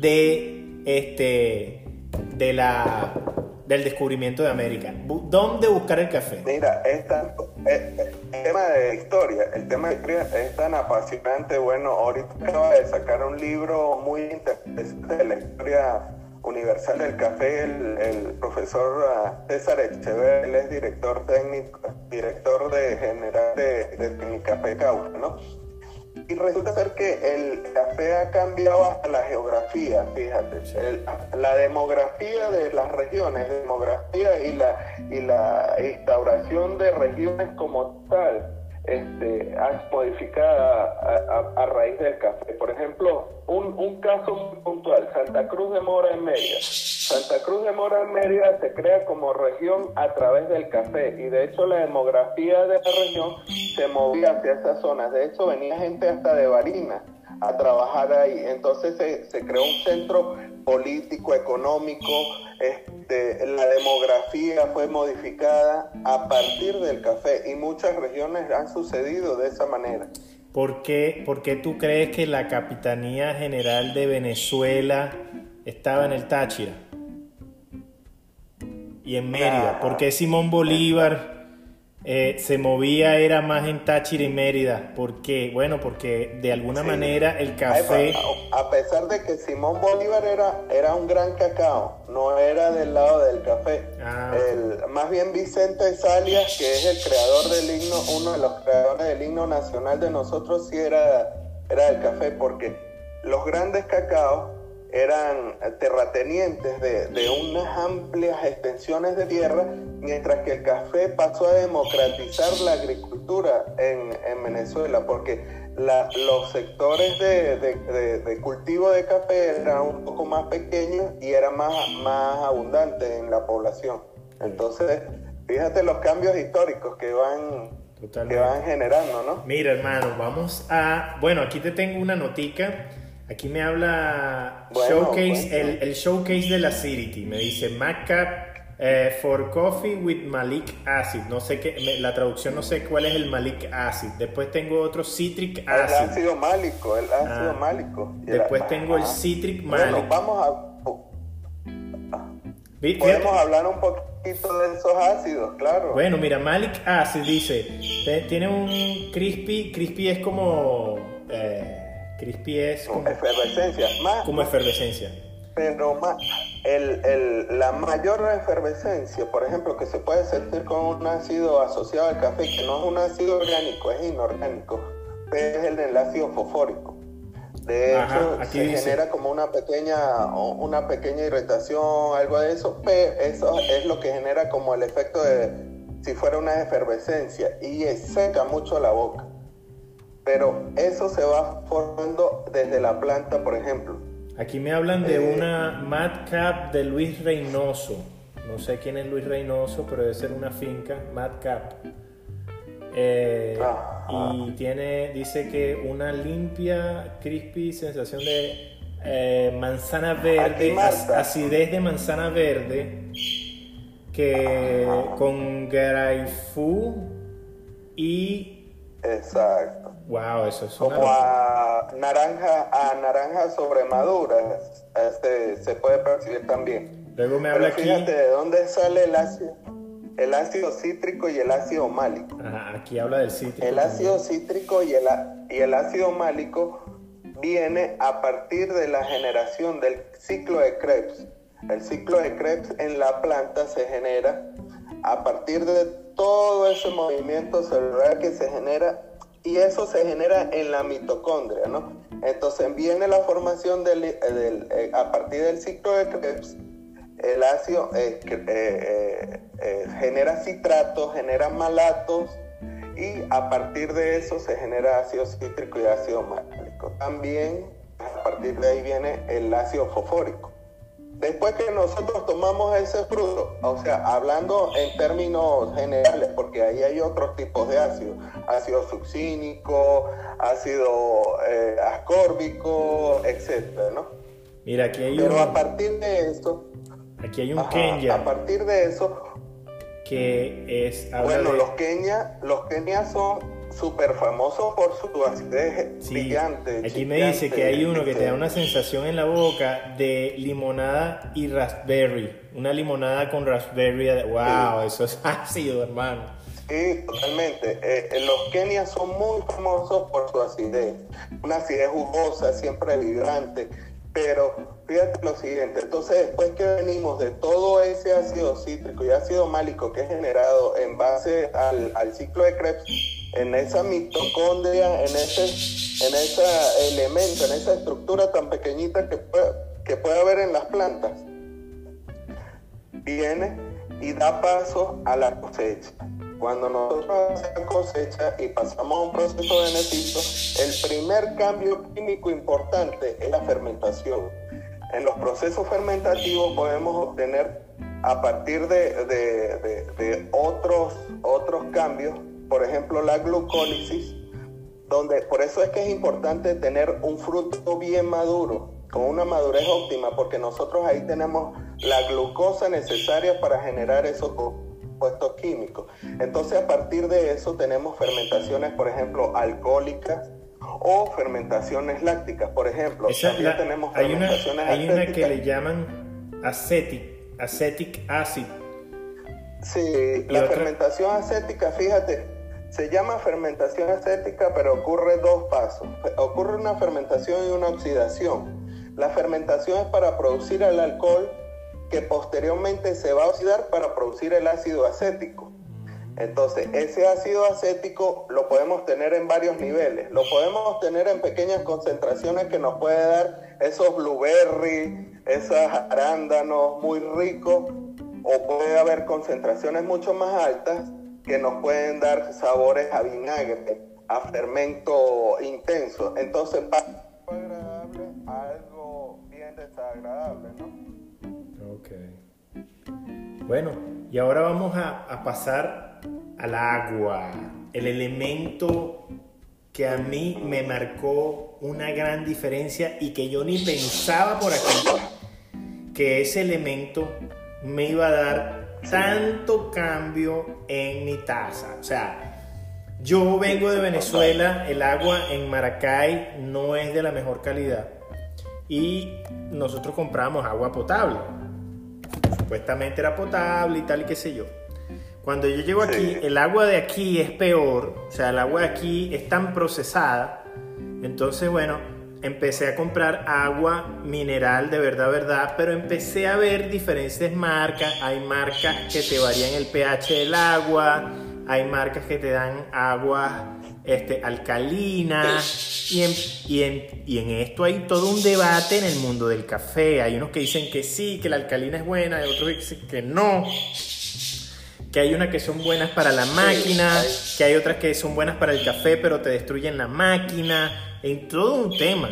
A: del descubrimiento de América. ¿Dónde buscar el café?
B: Mira, el tema de historia, es tan apasionante. Bueno, ahorita acaba de sacar un libro muy interesante de la historia universal del café, el profesor César Echeverría. Él es director general de Tecnicafé Cauca, ¿no? Y resulta ser que el café ha cambiado hasta la geografía, fíjate. La demografía de las regiones, y la instauración de regiones como tal, ha modificado a raíz del café. Por ejemplo, un caso muy puntual, Santa Cruz de Mora en Mérida. Santa Cruz de Mora en Mérida se crea como región a través del café, y de hecho la demografía de la región se movía hacia esas zonas. De hecho venía gente hasta de Barinas a trabajar ahí. Entonces se creó un centro político, económico. La demografía fue modificada a partir del café, y muchas regiones han sucedido de esa manera.
A: ¿Por qué tú crees que la Capitanía General de Venezuela estaba en el Táchira y en Mérida? ¿Por qué Simón Bolívar se movía, era más en Táchira y Mérida? ¿Por qué? Bueno, porque de alguna manera el café...
B: A pesar de que Simón Bolívar era un gran cacao, no era del lado del café. Más bien Vicente Salias, que es el creador del himno, uno de los creadores del himno nacional de nosotros, sí era del café, porque los grandes cacaos eran terratenientes de unas amplias extensiones de tierra, mientras que el café pasó a democratizar la agricultura en Venezuela, porque los sectores de cultivo de café eran un poco más pequeños y era más abundante en la población. Entonces, fíjate los cambios históricos que van generando, ¿no?
A: Mira, hermano, vamos a... Bueno, aquí te tengo una notica. Aquí me habla Showcase, el Showcase de la Acidity. Me dice Macap for coffee with malic acid. No sé qué, la traducción no sé cuál es el malic acid. Después tengo otro citric acid.
B: El ácido málico.
A: Después tengo el citric malic.
B: Bueno, podemos hablar un poquito de esos ácidos, claro.
A: Bueno, mira, malic acid dice, tiene un crispy es como... crispy es como
B: efervescencia,
A: como efervescencia.
B: Pero más, la mayor efervescencia, por ejemplo, que se puede sentir con un ácido asociado al café, que no es un ácido orgánico, es inorgánico, es el ácido fosfórico. De hecho, se genera como una pequeña irritación, algo de eso, pero eso es lo que genera como el efecto de si fuera una efervescencia y seca mucho la boca. Pero eso se va formando desde la planta, por ejemplo.
A: Aquí me hablan de una Madcap de Luis Reynoso. No sé quién es Luis Reynoso, pero debe ser una finca, Madcap. Y dice que una limpia, crispy sensación de manzana verde, acidez de manzana verde, que con grapefruit y...
B: Exacto.
A: Wow, eso es
B: como a naranja sobremadura se puede percibir también.
A: Luego me habla
B: aquí. Fíjate de dónde sale el ácido cítrico y el ácido málico.
A: Ajá, aquí habla del cítrico.
B: El ácido cítrico y el ácido málico viene a partir de la generación del ciclo de Krebs. El ciclo de Krebs en la planta se genera a partir de todo ese movimiento celular que se genera. Y eso se genera en la mitocondria, ¿no? Entonces viene la formación a partir del ciclo de Krebs, el ácido genera citratos, genera malatos, y a partir de eso se genera ácido cítrico y ácido málico. También a partir de ahí viene el ácido fosfórico. Después que nosotros tomamos ese fruto, o sea, hablando en términos generales, porque ahí hay otros tipos de ácido succínico, ácido ascórbico, etcétera, ¿no?
A: Mira, aquí hay
B: Pero a partir de eso...
A: Aquí hay un Kenya.
B: A partir de eso...
A: Que es...
B: Bueno, los Kenya son súper famosos por su acidez brillante.
A: Aquí me dice que hay uno que te da una sensación en la boca de limonada y raspberry. Una limonada con raspberry. ¡Wow! Sí. Eso es ácido, hermano.
B: Sí, totalmente. Los Kenya son muy famosos por su acidez. Una acidez jugosa, siempre vibrante. Pero fíjate lo siguiente, entonces después que venimos de todo ese ácido cítrico y ácido málico que es generado en base al ciclo de Krebs, en esa mitocondria, en ese elemento, en esa estructura tan pequeñita que puede haber en las plantas, viene y da paso a la cosecha. Cuando nosotros hacemos cosecha y pasamos a un proceso de beneficio, el primer cambio químico importante es la fermentación. En los procesos fermentativos podemos obtener a partir de otros cambios, por ejemplo la glucólisis, donde por eso es que es importante tener un fruto bien maduro, con una madurez óptima, porque nosotros ahí tenemos la glucosa necesaria para generar esos compuestos químicos. Entonces a partir de eso tenemos fermentaciones, por ejemplo, alcohólicas o fermentaciones lácticas, por ejemplo. También tenemos fermentaciones
A: hay una que le llaman acetic acid.
B: Sí, la fermentación acética, fíjate, se llama fermentación acética, pero ocurre dos pasos. Ocurre una fermentación y una oxidación. La fermentación es para producir el alcohol, que posteriormente se va a oxidar para producir el ácido acético. Entonces, ese ácido acético lo podemos tener en varios niveles. Lo podemos tener en pequeñas concentraciones que nos puede dar esos blueberry, esos arándanos muy ricos, o puede haber concentraciones mucho más altas que nos pueden dar sabores a vinagre, a fermento intenso. Entonces pasa agradable a algo bien desagradable, ¿no?
A: Ok. Bueno, y ahora vamos a pasar al agua, el elemento que a mí me marcó una gran diferencia y que yo ni pensaba por aquí que ese elemento me iba a dar tanto cambio en mi taza. O sea, yo vengo de Venezuela, el agua en Maracay no es de la mejor calidad y nosotros compramos agua potable. Supuestamente era potable y tal y qué sé yo. Cuando yo llego aquí, el agua de aquí es peor, o sea, el agua de aquí es tan procesada. Entonces, bueno, empecé a comprar agua mineral de verdad, pero empecé a ver diferentes marcas. Hay marcas que te varían el pH del agua, hay marcas que te dan agua alcalina, y en esto hay todo un debate en el mundo del café. Hay unos que dicen que sí, que la alcalina es buena, hay otros que dicen que no, que hay unas que son buenas para la máquina, que hay otras que son buenas para el café pero te destruyen la máquina, en todo un tema.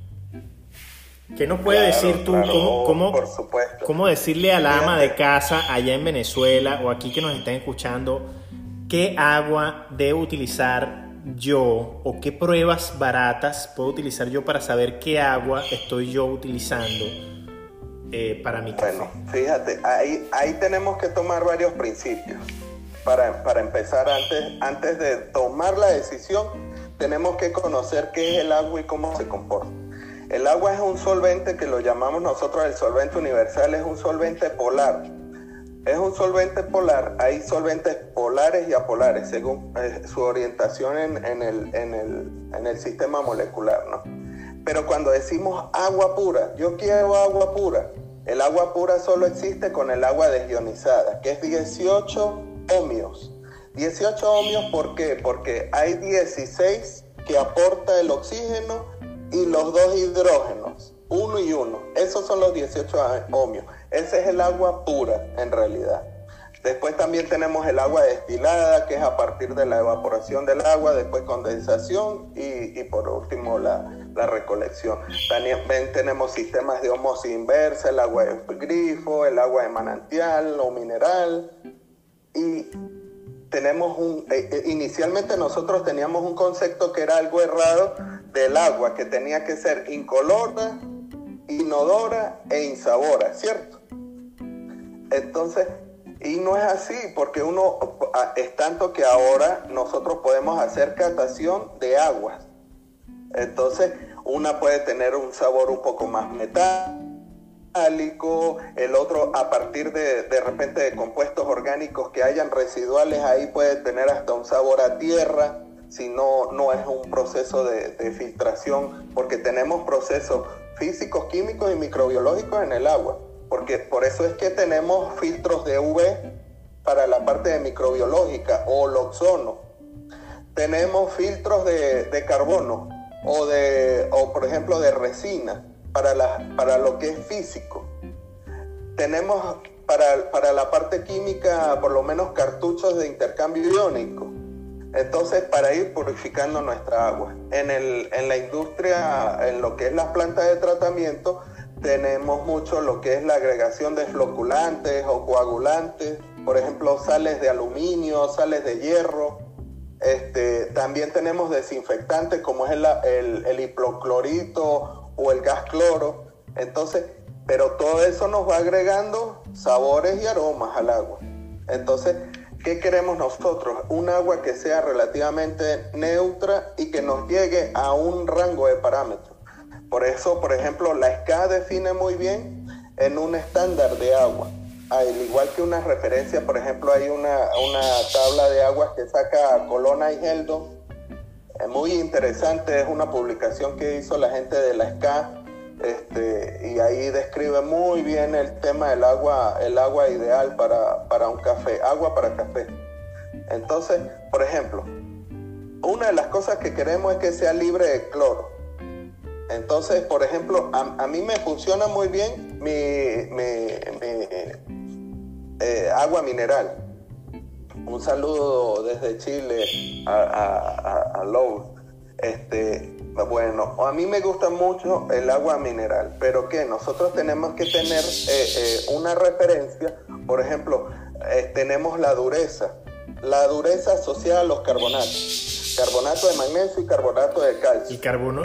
A: ¿Qué nos puedes decir tú? ¿Cómo decirle a la ama de casa allá en Venezuela o aquí que nos están escuchando qué agua debo utilizar yo o qué pruebas baratas puedo utilizar yo para saber qué agua estoy yo utilizando para mi café?
B: Bueno, fíjate, ahí tenemos que tomar varios principios. Para empezar, antes de tomar la decisión, tenemos que conocer qué es el agua y cómo se comporta. El agua es un solvente que lo llamamos nosotros el solvente universal, es un solvente polar. Es un solvente polar, hay solventes polares y apolares según su orientación en el sistema molecular, ¿no? Pero cuando decimos agua pura, yo quiero agua pura, el agua pura solo existe con el agua desionizada, que es 18 ohmios. 18 ohmios, ¿por qué? Porque hay 16 que aporta el oxígeno y los dos hidrógenos, uno y uno. Esos son los 18 ohmios. Ese es el agua pura, en realidad. Después también tenemos el agua destilada, que es a partir de la evaporación del agua, después condensación y por último la recolección. También tenemos sistemas de ósmosis inversa, el agua de grifo, el agua de manantial o mineral. Y tenemos inicialmente nosotros teníamos un concepto que era algo errado del agua, que tenía que ser incolora, inodora e insabora, ¿cierto? Entonces, y no es así, porque es tanto que ahora nosotros podemos hacer catación de aguas. Entonces, una puede tener un sabor un poco más metálico, el otro a partir de repente de compuestos orgánicos que hayan residuales, ahí puede tener hasta un sabor a tierra, si no es un proceso de filtración, porque tenemos procesos físicos, químicos y microbiológicos en el agua. Porque por eso es que tenemos filtros de UV para la parte de microbiológica o el ozono. Tenemos filtros de carbono o por ejemplo de resina para lo que es físico. Tenemos para la parte química por lo menos cartuchos de intercambio iónico. Entonces, para ir purificando nuestra agua. En la industria, en lo que es las plantas de tratamiento, tenemos mucho lo que es la agregación de floculantes o coagulantes, por ejemplo, sales de aluminio, sales de hierro. También tenemos desinfectantes como es el hipoclorito o el gas cloro. Entonces, pero todo eso nos va agregando sabores y aromas al agua. Entonces, ¿qué queremos nosotros? Un agua que sea relativamente neutra y que nos llegue a un rango de parámetros. Por eso, por ejemplo, la SCA define muy bien en un estándar de agua. Al igual que una referencia, por ejemplo, hay una tabla de aguas que saca Colonna y Heldon. Es muy interesante, es una publicación que hizo la gente de la SCA. Y ahí describe muy bien el tema del agua, el agua ideal para un café, agua para café. Entonces, por ejemplo, una de las cosas que queremos es que sea libre de cloro. Entonces, por ejemplo, a mí me funciona muy bien mi agua mineral. Un saludo desde Chile a Lowe. Bueno, a mí me gusta mucho el agua mineral, pero que nosotros tenemos que tener una referencia. Por ejemplo, tenemos la dureza asociada a los carbonato de magnesio y carbonato de calcio.
A: El carbono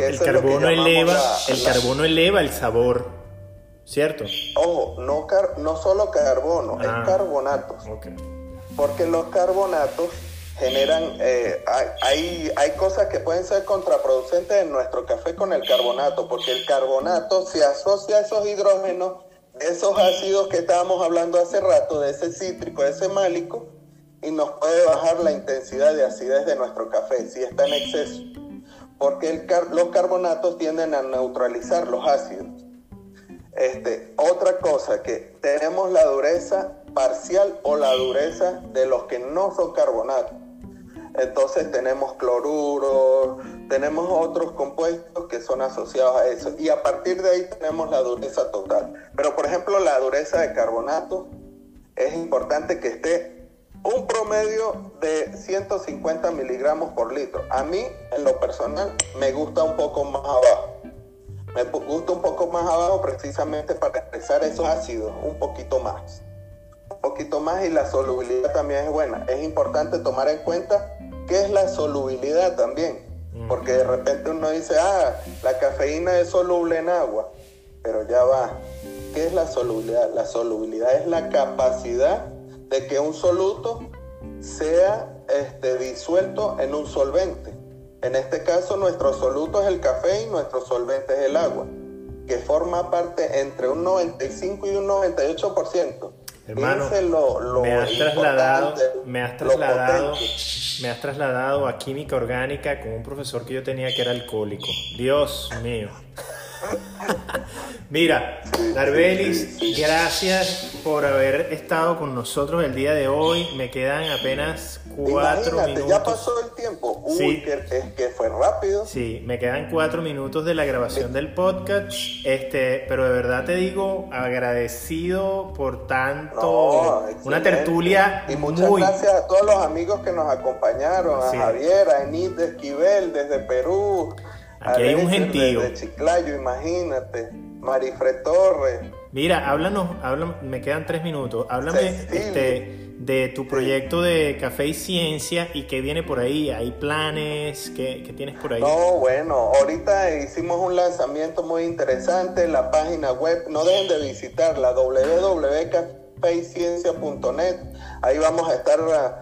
A: eleva el sabor, ¿cierto?
B: Ojo, no solo carbono, es carbonatos.
A: Okay.
B: Porque los carbonatos generan, hay cosas que pueden ser contraproducentes en nuestro café con el carbonato, porque el carbonato se asocia a esos hidrógenos, esos ácidos que estábamos hablando hace rato, de ese cítrico, de ese málico, y nos puede bajar la intensidad de acidez de nuestro café si está en exceso, porque los carbonatos tienden a neutralizar los ácidos. Otra cosa, que tenemos la dureza parcial o la dureza de los que no son carbonatos. Entonces tenemos cloruros, tenemos otros compuestos que son asociados a eso, y a partir de ahí tenemos la dureza total. Pero por ejemplo, la dureza de carbonato es importante que esté un promedio de 150 miligramos por litro. A mí, en lo personal, me gusta un poco más abajo. Me gusta un poco más abajo precisamente para expresar esos ácidos un poquito más. Y la solubilidad también es buena. Es importante tomar en cuenta qué es la solubilidad también. Porque de repente uno dice, la cafeína es soluble en agua. Pero ya va. ¿Qué es la solubilidad? La solubilidad es la capacidad de que un soluto sea disuelto en un solvente. En este caso, nuestro soluto es el café y nuestro solvente es el agua, que forma parte entre un 95 y un 98%.
A: Hermano, me has trasladado a química orgánica con un profesor que yo tenía que era alcohólico. Dios mío. Mira, Darbelis, gracias por haber estado con nosotros el día de hoy. Me quedan apenas 4 minutos.
B: Ya pasó el tiempo.
A: Sí.
B: que fue rápido.
A: Sí, me quedan 4 minutos de la grabación del podcast. Pero de verdad te digo, agradecido por tanto. Una tertulia.
B: Y muchas gracias a todos los amigos que nos acompañaron.
A: Sí.
B: A Javier, a Enid de Esquivel desde Perú.
A: Aquí hay un gentío.
B: De Chiclayo, imagínate. Marifred Torres.
A: Mira, háblanos, me quedan 3 minutos. Háblame de tu proyecto de Café y Ciencia y qué viene por ahí. ¿Hay planes? ¿Qué tienes por ahí?
B: No, bueno, ahorita hicimos un lanzamiento muy interesante en la página web. No dejen de visitarla, www.cafeyciencia.net. Ahí vamos a estar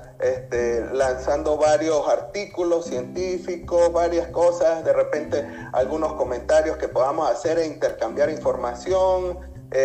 B: lanzando varios artículos científicos, varias cosas, de repente algunos comentarios que podamos hacer e intercambiar información,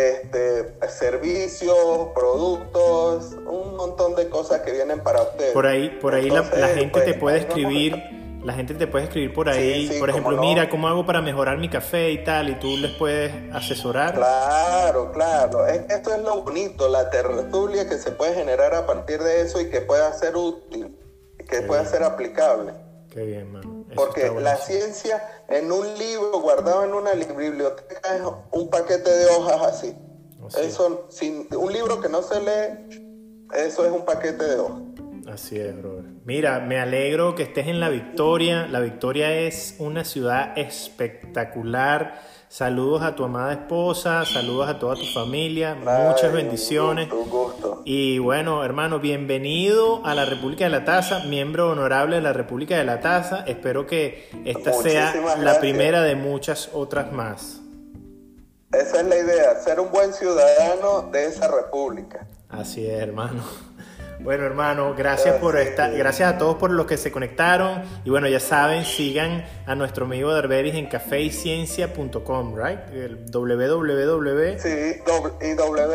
B: servicios, productos, un montón de cosas que vienen para ustedes.
A: Por ahí entonces, la gente te puede escribir. La gente te puede escribir por ahí, por ejemplo, mira, ¿cómo hago para mejorar mi café y tal? Y tú les puedes asesorar.
B: Claro. Esto es lo bonito, la tertulia que se puede generar a partir de eso y que pueda ser útil, que pueda ser aplicable.
A: Qué bien, mano. Eso
B: porque la ciencia en un libro guardado en una biblioteca es un paquete de hojas así. Eso, un libro que no se lee, eso es un paquete de hojas.
A: Así es, brother. Mira, me alegro que estés en La Victoria. La Victoria es una ciudad espectacular. Saludos a tu amada esposa, saludos a toda tu familia, muchas bendiciones.
B: Un gusto.
A: Y bueno, hermano, bienvenido a la República de la Taza, miembro honorable de la República de la Taza. Espero que esta sea la primera de muchas otras más.
B: Esa es la idea, ser un buen ciudadano de esa república.
A: Así es, hermano. Bueno, hermano, gracias a todos por los que se conectaron. Y bueno, ya saben, sigan a nuestro amigo Darbelis en cafeyciencia.com, right? El www.
B: Sí, y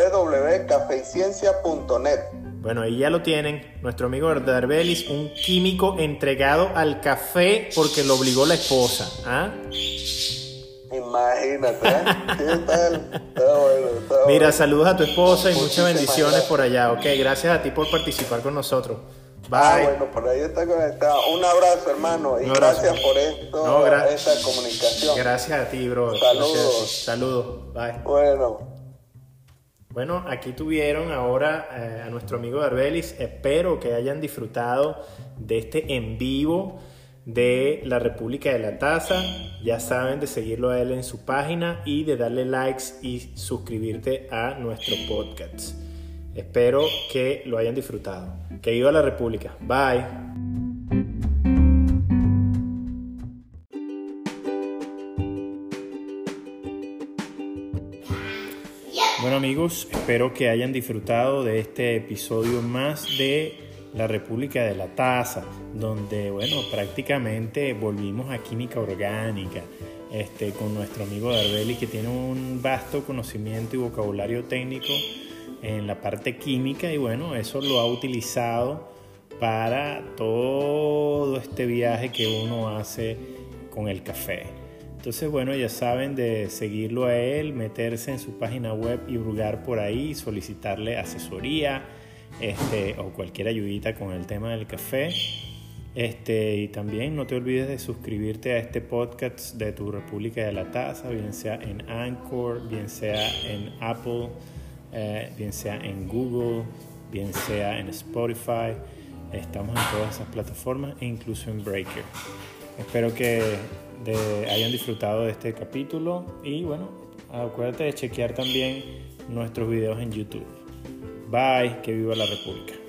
B: www.cafeyciencia.net.
A: Bueno, ahí ya lo tienen. Nuestro amigo Darbelis, un químico entregado al café porque lo obligó la esposa. ¿Ah?
B: Imagínate, ¿qué tal? Está bueno.
A: Mira, saludos a tu esposa y muchas bendiciones por allá. Ok, gracias a ti por participar con nosotros. Bye.
B: Bueno, por ahí está conectado. Un abrazo, hermano, y gracias por esto, esta comunicación.
A: Gracias a ti, bro.
B: Saludos.
A: Saludos. Bye. Bueno, aquí tuvieron ahora a nuestro amigo Darbelis. Espero que hayan disfrutado de este en vivo de la República de la Taza. Ya saben de seguirlo a él en su página y de darle likes y suscribirte a nuestro podcast. Espero que lo hayan disfrutado. Que viva la República. Bye. Bueno, amigos, espero que hayan disfrutado de este episodio más de la República de la Taza, donde, bueno, prácticamente volvimos a química orgánica, con nuestro amigo Darbelis, que tiene un vasto conocimiento y vocabulario técnico en la parte química, y bueno, eso lo ha utilizado para todo este viaje que uno hace con el café. Entonces, bueno, ya saben de seguirlo a él, meterse en su página web y hurgar por ahí, solicitarle asesoría o cualquier ayudita con el tema del café. Y también no te olvides de suscribirte a este podcast de Tu República de la Taza, bien sea en Anchor, bien sea en Apple, bien sea en Google, bien sea en Spotify. Estamos en todas esas plataformas e incluso en Breaker. Espero que hayan disfrutado de este capítulo y bueno, acuérdate de chequear también nuestros videos en YouTube. Bye, que viva la República.